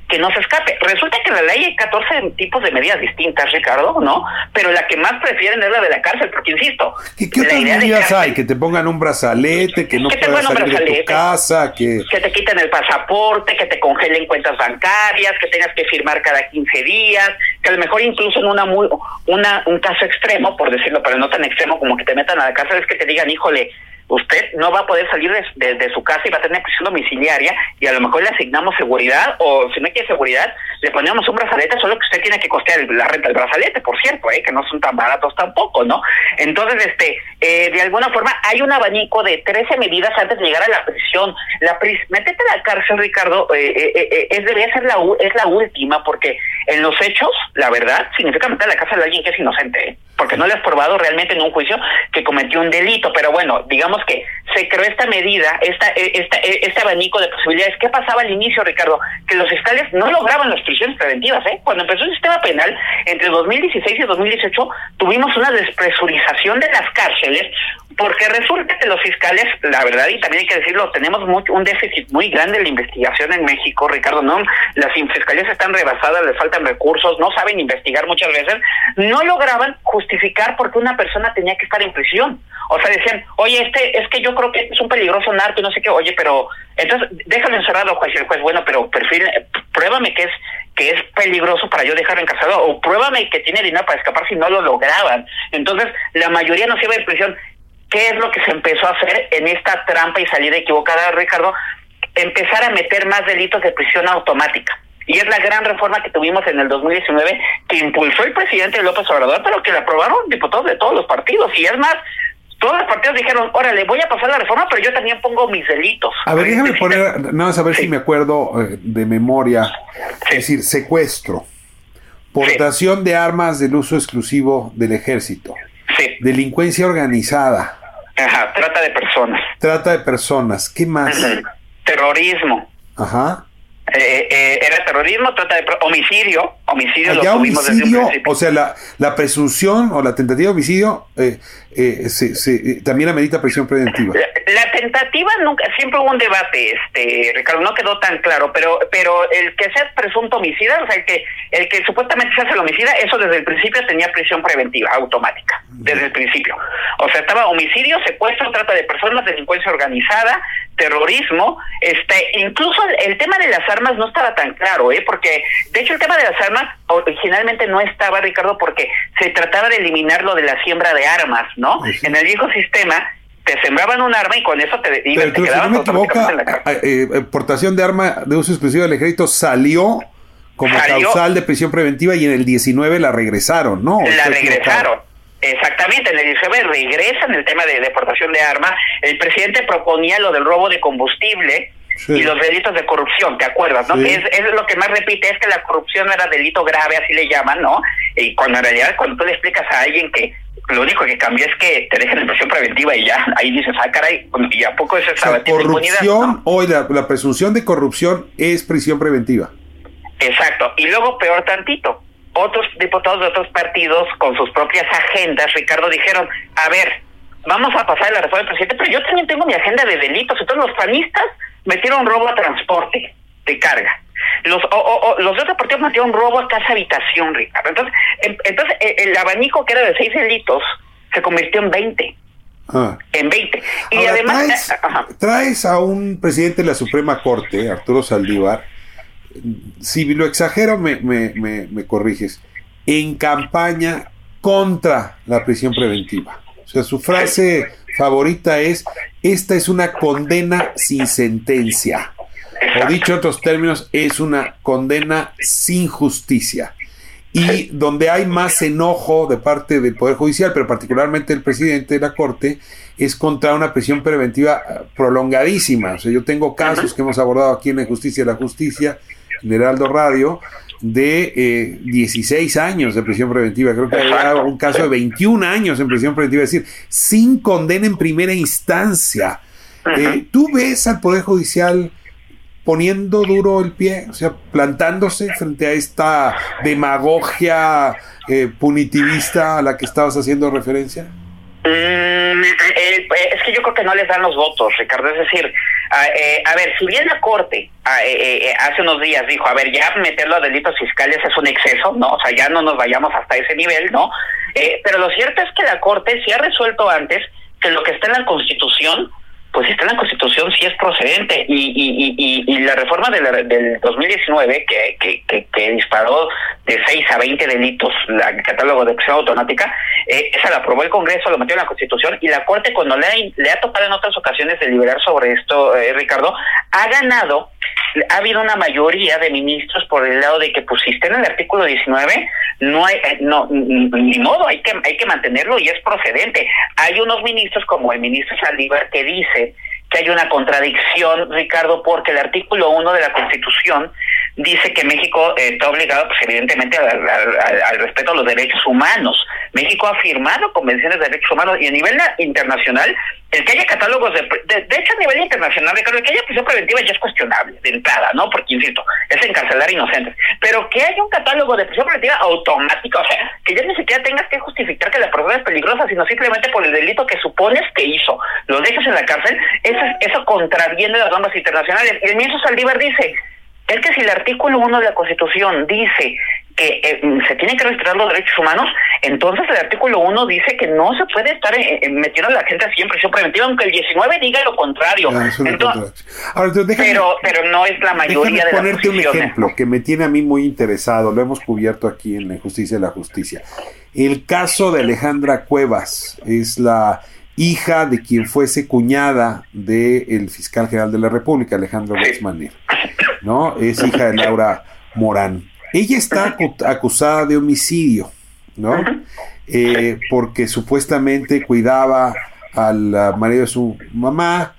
que no se escape. Resulta que en la ley hay catorce tipos de medidas distintas, Ricardo, ¿no? Pero la que más prefieren es la de la cárcel, porque insisto... ¿Qué, qué otras medidas hay? Que te pongan un brazalete, que no que puedas salir de tu casa, que... Que te quiten el pasaporte, que te congelen cuentas bancarias, que tengas que firmar cada quince días, que a lo mejor incluso en una muy una un caso extremo, por decirlo, pero no tan extremo como que te metan a la cárcel, es que te digan, híjole, usted no va a poder salir de, de, de su casa y va a tener prisión domiciliaria y a lo mejor le asignamos seguridad, o si no quiere seguridad, le ponemos un brazalete, solo que usted tiene que costear el, la renta del brazalete, por cierto, eh, que no son tan baratos tampoco, ¿no? Entonces, este, eh, de alguna forma, hay un abanico de trece medidas antes de llegar a la prisión. La pris- métete a la cárcel, Ricardo, eh, eh, eh, es debería ser la es la última, porque en los hechos, la verdad, significa meter a la cárcel a alguien que es inocente, ¿eh? Porque no le has probado realmente en un juicio que cometió un delito, pero bueno, digamos que se creó esta medida, esta, esta, este abanico de posibilidades. ¿Qué pasaba al inicio, Ricardo? Que los fiscales no lograban las prisiones preventivas, ¿eh? Cuando empezó el sistema penal, entre dos mil dieciséis y dos mil dieciocho, tuvimos una despresurización de las cárceles, porque resulta que los fiscales, la verdad, y también hay que decirlo, tenemos mucho, un déficit muy grande en la investigación en México, Ricardo, ¿no? Las fiscalías están rebasadas, les faltan recursos, no saben investigar muchas veces, no lograban justificar por qué una persona tenía que estar en prisión. O sea, decían, oye, este, es que yo creo que es un peligroso narco y no sé qué, oye, pero, entonces, déjalo encerrado, juez, y el juez, bueno, pero perfil, pruébame que es, que es peligroso para yo dejarlo encarcelado, o pruébame que tiene dinero para escapar si no lo lograban. Entonces, la mayoría no se iba en prisión. ¿Qué es lo que se empezó a hacer en esta trampa y salida equivocada, Ricardo? Empezar a meter más delitos de prisión automática. Y es la gran reforma que tuvimos en el dos mil diecinueve, que impulsó el presidente López Obrador, pero que la aprobaron diputados de todos los partidos. Y es más, todos los partidos dijeron, órale, voy a pasar la reforma, pero yo también pongo mis delitos. A ver, déjame poner, nada más a ver sí. si me acuerdo eh, de memoria. Sí. Es decir, secuestro, portación sí. de armas del uso exclusivo del ejército, sí. delincuencia organizada. Ajá, trata de personas. Trata de personas, ¿qué más? Uh-huh. Terrorismo. Ajá. Eh, eh, era terrorismo, trata de pro- homicidio, homicidio Allá lo tuvimos homicidio, desde un principio. O sea, la, la presunción o la tentativa de homicidio eh, eh, se, se, eh, también amerita prisión preventiva. La, la tentativa nunca, siempre hubo un debate, este Ricardo, no quedó tan claro, pero pero el que sea presunto homicida, o sea, el que el que supuestamente se hace el homicida, eso desde el principio tenía prisión preventiva automática, desde el principio. O sea, estaba homicidio, secuestro, trata de personas, delincuencia organizada, terrorismo, este, incluso el, el tema de las armas no estaba tan claro, eh, porque de hecho el tema de las armas originalmente no estaba, Ricardo, porque se trataba de eliminar lo de la siembra de armas, ¿no? Sí. En el viejo sistema te sembraban un arma y con eso te, iba, Pero, te quedabas si no me equivoco, en la cárcel. Eh, eh, portación de arma de uso exclusivo del ejército salió como salió, causal de prisión preventiva y en el diecinueve la regresaron, ¿no? La regresaron. Exactamente, en el diecinueve regresan el tema de deportación de armas. El presidente proponía lo del robo de combustible sí. y los delitos de corrupción, ¿te acuerdas? ¿No? Sí. Que es, es lo que más repite, es que la corrupción era delito grave, así le llaman, ¿no? Y cuando en realidad cuando tú le explicas a alguien que lo único que cambió es que te dejan en prisión preventiva y ya, ahí dices, ah, caray, ¿y a poco es esa o sea, corrupción, ¿no? Hoy la, la presunción de corrupción es prisión preventiva. Exacto, y luego peor tantito, otros diputados de otros partidos con sus propias agendas, Ricardo, dijeron, a ver, vamos a pasar la reforma del presidente, pero yo también tengo mi agenda de delitos. Entonces los panistas metieron robo a transporte de carga. Los o, o, o, los otros partidos metieron robo a casa habitación, Ricardo. Entonces, en, entonces el, el abanico que era de seis delitos se convirtió en veinte. Ah. En veinte. Y ahora, además... Traes, eh, traes a un presidente de la Suprema Corte, Arturo Saldívar, si lo exagero me, me, me, me corriges, en campaña contra la prisión preventiva. O sea, su frase favorita es, esta es una condena sin sentencia. O dicho en otros términos, es una condena sin justicia. Y donde hay más enojo de parte del Poder Judicial, pero particularmente el presidente de la Corte, es contra una prisión preventiva prolongadísima. O sea, yo tengo casos que hemos abordado aquí en la Justicia de la Justicia, en Heraldo Radio, de eh, dieciséis años de prisión preventiva. Creo que hay un caso de veintiún años en prisión preventiva, es decir, sin condena en primera instancia. Eh, ¿Tú ves al Poder Judicial poniendo duro el pie, o sea, plantándose frente a esta demagogia eh, punitivista a la que estabas haciendo referencia? Mm, eh, es que yo creo que no les dan los votos, Ricardo. Es decir, A, eh, a ver, si bien la Corte a, eh, eh, hace unos días dijo, a ver, ya meterlo a delitos fiscales es un exceso, ¿no? O sea, ya no nos vayamos hasta ese nivel, ¿no? Eh, pero lo cierto es que la Corte sí ha resuelto antes que lo que está en la Constitución, pues si está en la Constitución sí es procedente, y y y, y la reforma de la, del dos mil diecinueve que, que que que disparó de seis a veinte delitos el catálogo de prisión automática, eh, esa la aprobó el Congreso, lo metió en la Constitución, y la Corte, cuando le ha, le ha tocado en otras ocasiones deliberar sobre esto, eh, Ricardo, ha ganado. Ha habido una mayoría de ministros por el lado de que, pues, si está en el artículo diecinueve, no hay, no, ni modo, hay que hay que mantenerlo y es procedente. Hay unos ministros, como el ministro Saldívar, que dice que hay una contradicción, Ricardo, porque el artículo uno de la Constitución dice que México eh, está obligado, pues, evidentemente, al, al, al respeto a los derechos humanos. México ha firmado convenciones de derechos humanos, y a nivel internacional, el que haya catálogos de, de, de hecho, a nivel internacional, Ricardo, el que haya prisión preventiva ya es cuestionable de entrada, ¿no? Porque, insisto, es encarcelar inocentes. Pero que haya un catálogo de prisión preventiva automática, o sea, que ya ni siquiera tengas que justificar que la persona es peligrosa, sino simplemente por el delito que supones que hizo, lo dejas en la cárcel, eso, eso contraviene las normas internacionales. Y el ministro Saldívar dice, es que si el artículo uno de la Constitución dice que eh, se tienen que respetar los derechos humanos, entonces el artículo uno dice que no se puede estar eh, eh, metiendo a la gente así en prisión preventiva, aunque el diecinueve diga lo contrario. Ah, entonces, Ahora, entonces, déjame, pero pero no es la mayoría de la ponerte un ejemplo que me tiene a mí muy interesado, lo hemos cubierto aquí en la Justicia de la Justicia. El caso de Alejandra Cuevas, es la hija de quien fuese cuñada del fiscal general de la República, Alejandro Gertz Manero, ¿no? Es hija de Laura Morán. Ella está acu- acusada de homicidio, ¿no? Eh, porque supuestamente cuidaba al uh, marido de su mamá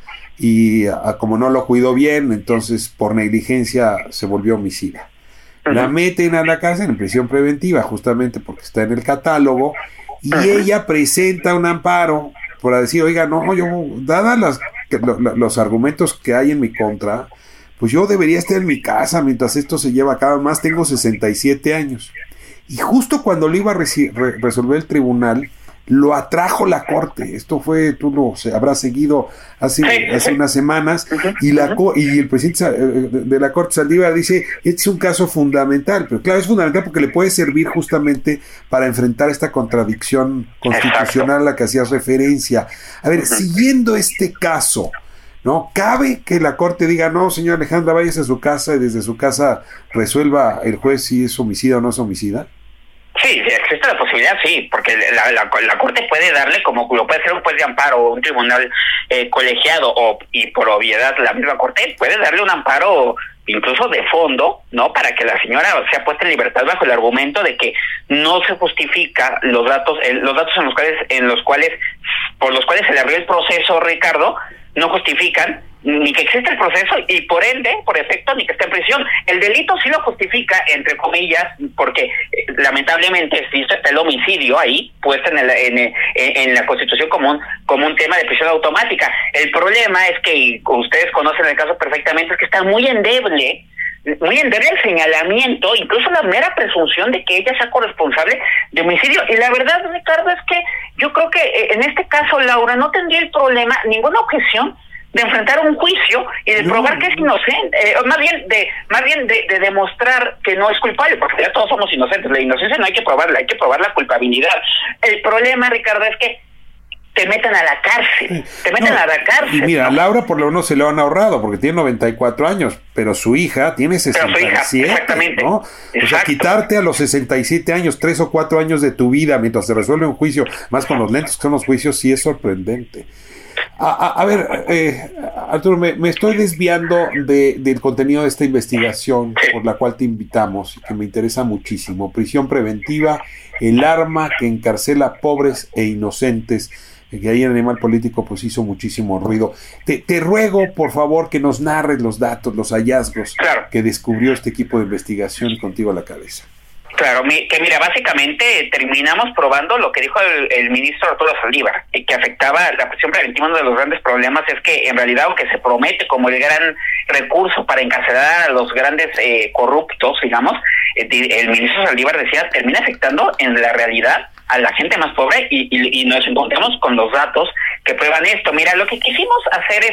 y uh, como no lo cuidó bien, entonces por negligencia se volvió homicida. La meten a la cárcel en prisión preventiva justamente porque está en el catálogo, y ella presenta un amparo para decir, oiga, no, yo, dadas las, lo, los argumentos que hay en mi contra, pues yo debería estar en mi casa mientras esto se lleva a cabo. Más tengo sesenta y siete años. Y justo cuando lo iba a reci- re- resolver el tribunal, lo atrajo la Corte. Esto fue, tú lo se, habrás seguido hace, hace unas semanas, y la y el presidente de la Corte, Saldívar, dice, este es un caso fundamental. Pero claro, es fundamental porque le puede servir justamente para enfrentar esta contradicción constitucional a la que hacías referencia. A ver, siguiendo este caso, ¿no? ¿Cabe que la Corte diga, no, señor Alejandra, váyase a su casa y desde su casa resuelva el juez si es homicida o no es homicida? Sí, sí, existe la posibilidad, sí, porque la, la, la Corte puede darle, como lo puede hacer un juez de amparo o un tribunal eh, colegiado, o y por obviedad la misma Corte puede darle un amparo incluso de fondo, ¿no? Para que la señora sea puesta en libertad bajo el argumento de que no se justifica los datos, eh, los datos en los cuales, en los cuales, por los cuales se le abrió el proceso, Ricardo, no justifican ni que existe el proceso y por ende, por efecto, ni que esté en prisión. El delito sí lo justifica, entre comillas, porque eh, lamentablemente existe el homicidio ahí, puesto en, el, en, en, en la Constitución como un, como un tema de prisión automática. El problema es que, y ustedes conocen el caso perfectamente, es que está muy endeble, muy endeble el señalamiento, incluso la mera presunción de que ella sea corresponsable de homicidio. Y la verdad, Ricardo, es que yo creo que eh, en este caso, Laura, no tendría el problema, ninguna objeción de enfrentar un juicio y de probar no, que es inocente, eh, más bien de más bien de, de demostrar que no es culpable, porque ya todos somos inocentes. La inocencia no hay que probarla, hay que probar la culpabilidad. El problema, Ricardo, es que te meten a la cárcel, te meten no, a la cárcel. Y mira, a Laura por lo menos se lo han ahorrado, porque tiene noventa y cuatro años, pero su hija tiene sesenta y siete, pero su hija, exactamente, ¿no? Exacto. O sea, quitarte a los sesenta y siete años, tres o cuatro años de tu vida mientras se resuelve un juicio, más con los lentos que son los juicios, sí es sorprendente. A, a, a ver, eh, Arturo, me, me estoy desviando de, del contenido de esta investigación por la cual te invitamos, que me interesa muchísimo. Prisión preventiva, el arma que encarcela pobres e inocentes, que ahí en Animal Político pues hizo muchísimo ruido. Te, te ruego, por favor, que nos narres los datos, los hallazgos claro. que descubrió este equipo de investigación contigo a la cabeza. Claro, que mira, básicamente terminamos probando lo que dijo el, el ministro Arturo Saldívar, que afectaba la prisión preventiva. Uno de los grandes problemas es que en realidad, aunque se promete como el gran recurso para encarcelar a los grandes eh, corruptos, digamos, eh, el ministro Saldívar decía, termina afectando en la realidad a la gente más pobre, y, y, y nos encontramos con los datos que prueban esto. Mira, lo que quisimos hacer es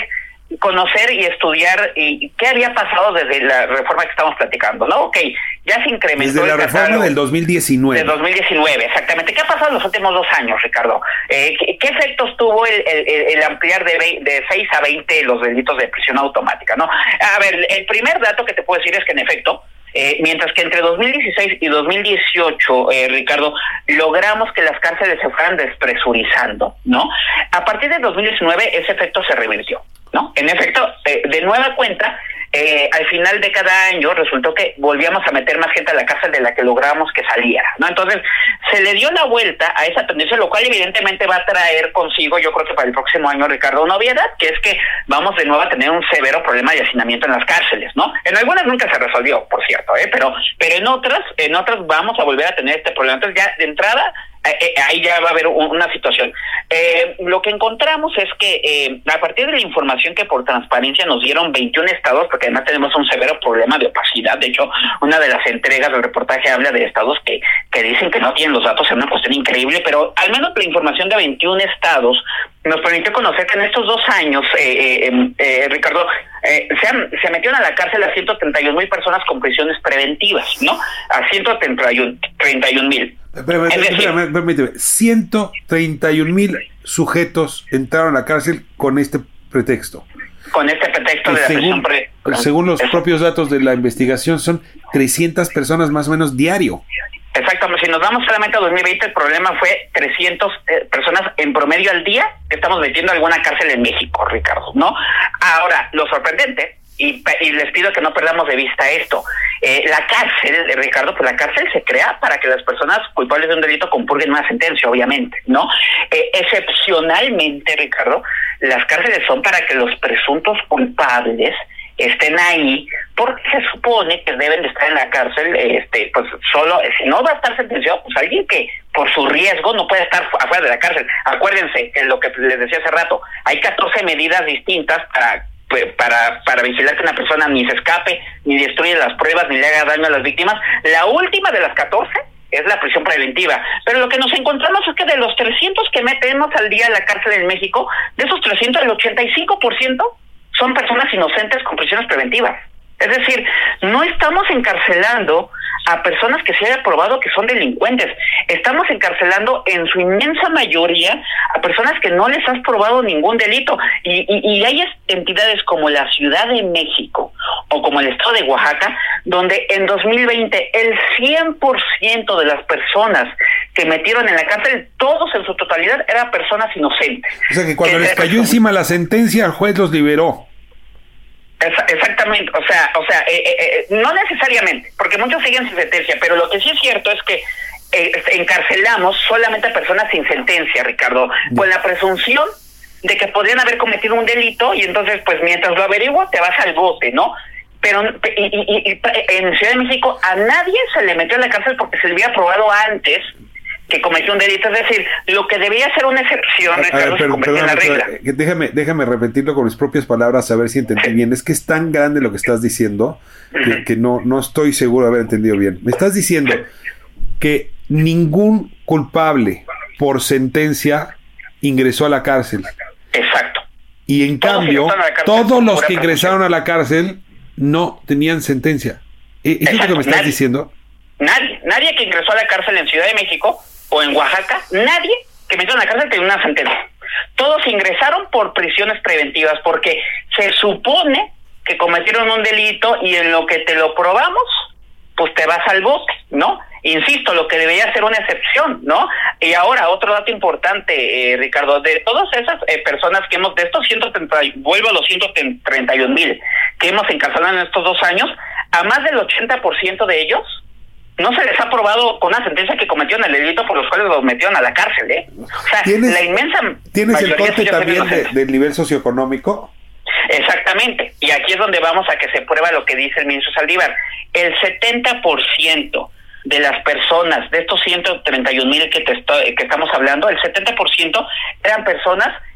conocer y estudiar y qué había pasado desde la reforma que estamos platicando, ¿no? Ok, ya se incrementó desde la el reforma catálogo del dos mil diecinueve. Del dos mil diecinueve, exactamente. ¿Qué ha pasado en los últimos dos años, Ricardo? Eh, ¿qué, ¿Qué efectos tuvo el, el, el ampliar de, de seis a veinte los delitos de prisión automática, ¿no? A ver, el primer dato que te puedo decir es que en efecto, Eh, mientras que entre dos mil dieciséis y dos mil dieciocho, eh, Ricardo, logramos que las cárceles se fueran despresurizando, ¿no? A partir de dos mil diecinueve ese efecto se revirtió, ¿no? En efecto, eh, de nueva cuenta, eh, al final de cada año resultó que volvíamos a meter más gente a la cárcel de la que lográbamos que saliera, ¿no? Entonces, se le dio la vuelta a esa tendencia, lo cual evidentemente va a traer consigo, yo creo que para el próximo año, Ricardo, una obviedad, que es que vamos de nuevo a tener un severo problema de hacinamiento en las cárceles, ¿no? En algunas nunca se resolvió, por cierto, ¿eh? Pero, pero en otras, en otras vamos a volver a tener este problema. Entonces, ya de entrada, Eh, eh, ahí ya va a haber un, una situación. Eh, lo que encontramos es que eh, a partir de la información que por transparencia nos dieron veintiún estados, porque además tenemos un severo problema de opacidad, de hecho una de las entregas del reportaje habla de estados que, que dicen que no tienen los datos, es una cuestión increíble, pero al menos la información de veintiún estados nos permitió conocer que en estos dos años, eh, eh, eh, Ricardo, eh, se, han, se metieron a la cárcel a ciento treinta y un mil personas con prisiones preventivas, ¿no? A ciento treinta y un mil. Espérame, espérame, permíteme. ciento treinta y un mil sujetos entraron a la cárcel con este pretexto. Con este pretexto de la según, prisión pre... según los Eso. propios datos de la investigación, son trescientas personas más o menos diario. Exactamente. Si nos vamos solamente a dos mil veinte, el problema fue trescientas eh, personas en promedio al día que estamos metiendo a alguna cárcel en México, Ricardo, ¿no? Ahora, lo sorprendente, y, y les pido que no perdamos de vista esto, eh, la cárcel, Ricardo, pues la cárcel se crea para que las personas culpables de un delito compurguen una sentencia, obviamente, ¿no? Eh, excepcionalmente, Ricardo, las cárceles son para que los presuntos culpables estén ahí, porque se supone que deben de estar en la cárcel, este, pues solo, si no va a estar sentenciado, pues alguien que por su riesgo no puede estar afuera de la cárcel. Acuérdense que lo que les decía hace rato, hay catorce medidas distintas para para para vigilar que una persona ni se escape, ni destruye las pruebas, ni le haga daño a las víctimas. La última de las catorce es la prisión preventiva. Pero lo que nos encontramos es que de los trescientos que metemos al día en la cárcel en México, de esos trescientos, el ochenta y cinco por ciento son personas inocentes con prisiones preventivas. Es decir, no estamos encarcelando a personas que se haya probado que son delincuentes. Estamos encarcelando en su inmensa mayoría a personas que no les has probado ningún delito. Y, y, y hay entidades como la Ciudad de México o como el Estado de Oaxaca, donde en dos mil veinte el cien por ciento de las personas que metieron en la cárcel, todos en su totalidad, eran personas inocentes. O sea que cuando que les cayó encima la sentencia, el juez los liberó. Exactamente, o sea, o sea, eh, eh, no necesariamente, porque muchos siguen sin sentencia, pero lo que sí es cierto es que eh, encarcelamos solamente a personas sin sentencia, Ricardo, con la presunción de que podrían haber cometido un delito y entonces, pues, mientras lo averiguo, te vas al bote, ¿no? Pero y, y, y, en Ciudad de México a nadie se le metió en la cárcel porque se le había probado antes que cometió un delito, es decir, lo que debía ser una excepción, A, a Ricardo, ver, se pero, convirtió en la perdón, regla. pero, déjame, déjame repetirlo con mis propias palabras, a ver si entendí bien. Es que es tan grande lo que estás diciendo que, uh-huh. que no, no estoy seguro de haber entendido bien. Me estás diciendo que ningún culpable por sentencia ingresó a la cárcel. Exacto. Y en todos cambio, todos los que ingresaron a la cárcel no tenían sentencia. ¿Es Exacto. lo que me estás nadie, diciendo? Nadie, nadie que ingresó a la cárcel en Ciudad de México o en Oaxaca, nadie que metió en la cárcel tenía una sentencia. Todos ingresaron por prisiones preventivas porque se supone que cometieron un delito y en lo que te lo probamos, pues te vas al bote, ¿no? Insisto, lo que debería ser una excepción, ¿no? Y ahora, otro dato importante, eh, Ricardo, de todas esas eh, personas que hemos, de estos ciento treinta, vuelvo a los ciento treinta y un mil que hemos encarcelado en estos dos años, a más del ochenta por ciento de ellos no se les ha probado con una sentencia que cometieron el delito por los cuales los metieron a la cárcel, ¿eh? O sea, la inmensa ¿Tienes el corte también de, del nivel socioeconómico? Exactamente, y aquí es donde vamos a que se prueba lo que dice el ministro Saldívar. El setenta por ciento de las personas, de estos ciento treinta y un mil que, te estoy, que estamos hablando, el setenta por ciento eran personas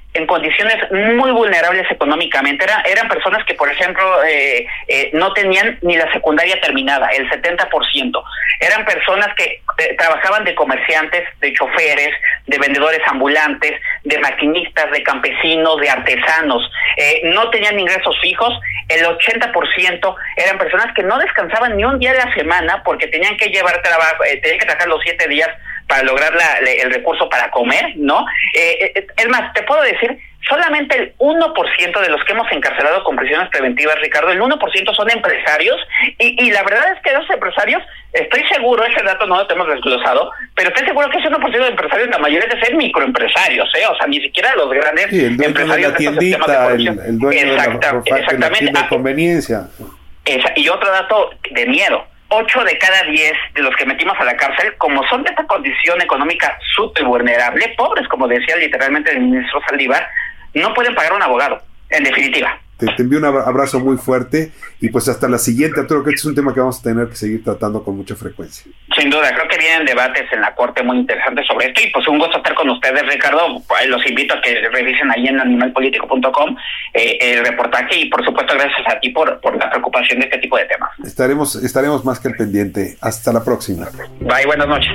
en condiciones muy vulnerables económicamente. Era, eran personas que, por ejemplo, eh, eh, no tenían ni la secundaria terminada, el setenta por ciento. Eran personas que eh, trabajaban de comerciantes, de choferes, de vendedores ambulantes, de maquinistas, de campesinos, de artesanos. Eh, no tenían ingresos fijos. El ochenta por ciento eran personas que no descansaban ni un día de la semana porque tenían que llevar trabajo, eh, tenían que trabajar los siete días para lograr la, el recurso para comer, ¿no? Eh, eh, es más, te puedo decir, solamente el uno por ciento de los que hemos encarcelado con prisiones preventivas, Ricardo, el uno por ciento son empresarios, y, y la verdad es que los empresarios, estoy seguro, ese dato no lo tenemos desglosado, pero estoy seguro que ese uno por ciento de empresarios, la mayoría de ser microempresarios, ¿eh? O sea, ni siquiera los grandes sí, el empresarios de la tiendita, de el, el dueño Exacta, de la, exactamente. de conveniencia. Esa, y otro dato de miedo. Ocho de cada diez de los que metimos a la cárcel, como son de esta condición económica súper vulnerable, pobres, como decía literalmente el ministro Saldívar, no pueden pagar un abogado, en definitiva. Te, te envío un abrazo muy fuerte y pues hasta la siguiente, Arturo, que este es un tema que vamos a tener que seguir tratando con mucha frecuencia. Sin duda, creo que vienen debates en la Corte muy interesantes sobre esto y pues un gusto estar con ustedes, Ricardo. Los invito a que revisen ahí en animal político punto com eh, el reportaje y por supuesto gracias a ti por, por la preocupación de este tipo de temas. Estaremos, estaremos más que al pendiente. Hasta la próxima. Bye, buenas noches.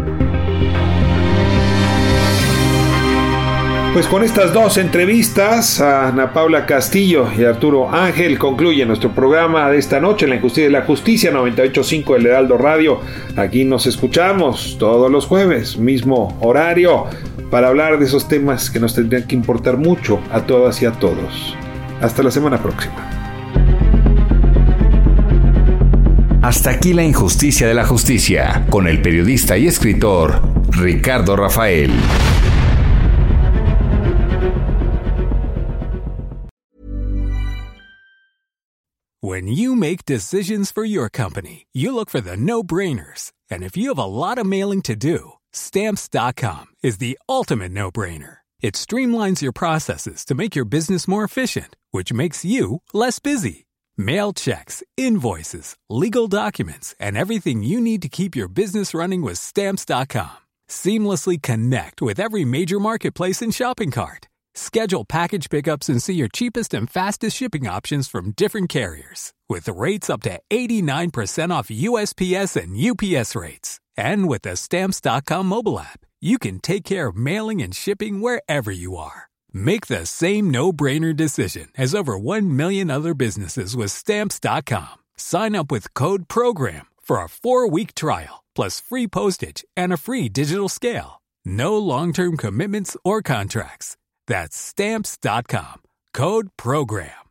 Pues con estas dos entrevistas a Ana Paula Castillo y Arturo Ángel concluye nuestro programa de esta noche en La Injusticia de la Justicia, noventa y ocho punto cinco del Heraldo Radio. Aquí nos escuchamos todos los jueves, mismo horario, para hablar de esos temas que nos tendrían que importar mucho a todas y a todos. Hasta la semana próxima. Hasta aquí La Injusticia de la Justicia, con el periodista y escritor Ricardo Rafael. When you make decisions for your company, you look for the no-brainers. And if you have a lot of mailing to do, Stamps dot com is the ultimate no-brainer. It streamlines your processes to make your business more efficient, which makes you less busy. Mail checks, invoices, legal documents, and everything you need to keep your business running with Stamps dot com. Seamlessly connect with every major marketplace and shopping cart. Schedule package pickups and see your cheapest and fastest shipping options from different carriers, with rates up to eighty-nine percent off U S P S and U P S rates. And with the Stamps dot com mobile app, you can take care of mailing and shipping wherever you are. Make the same no-brainer decision as over one million other businesses with Stamps dot com. Sign up with code PROGRAM for a four-week trial, plus free postage and a free digital scale. No long-term commitments or contracts. That's Stamps dot com. Code PROGRAM.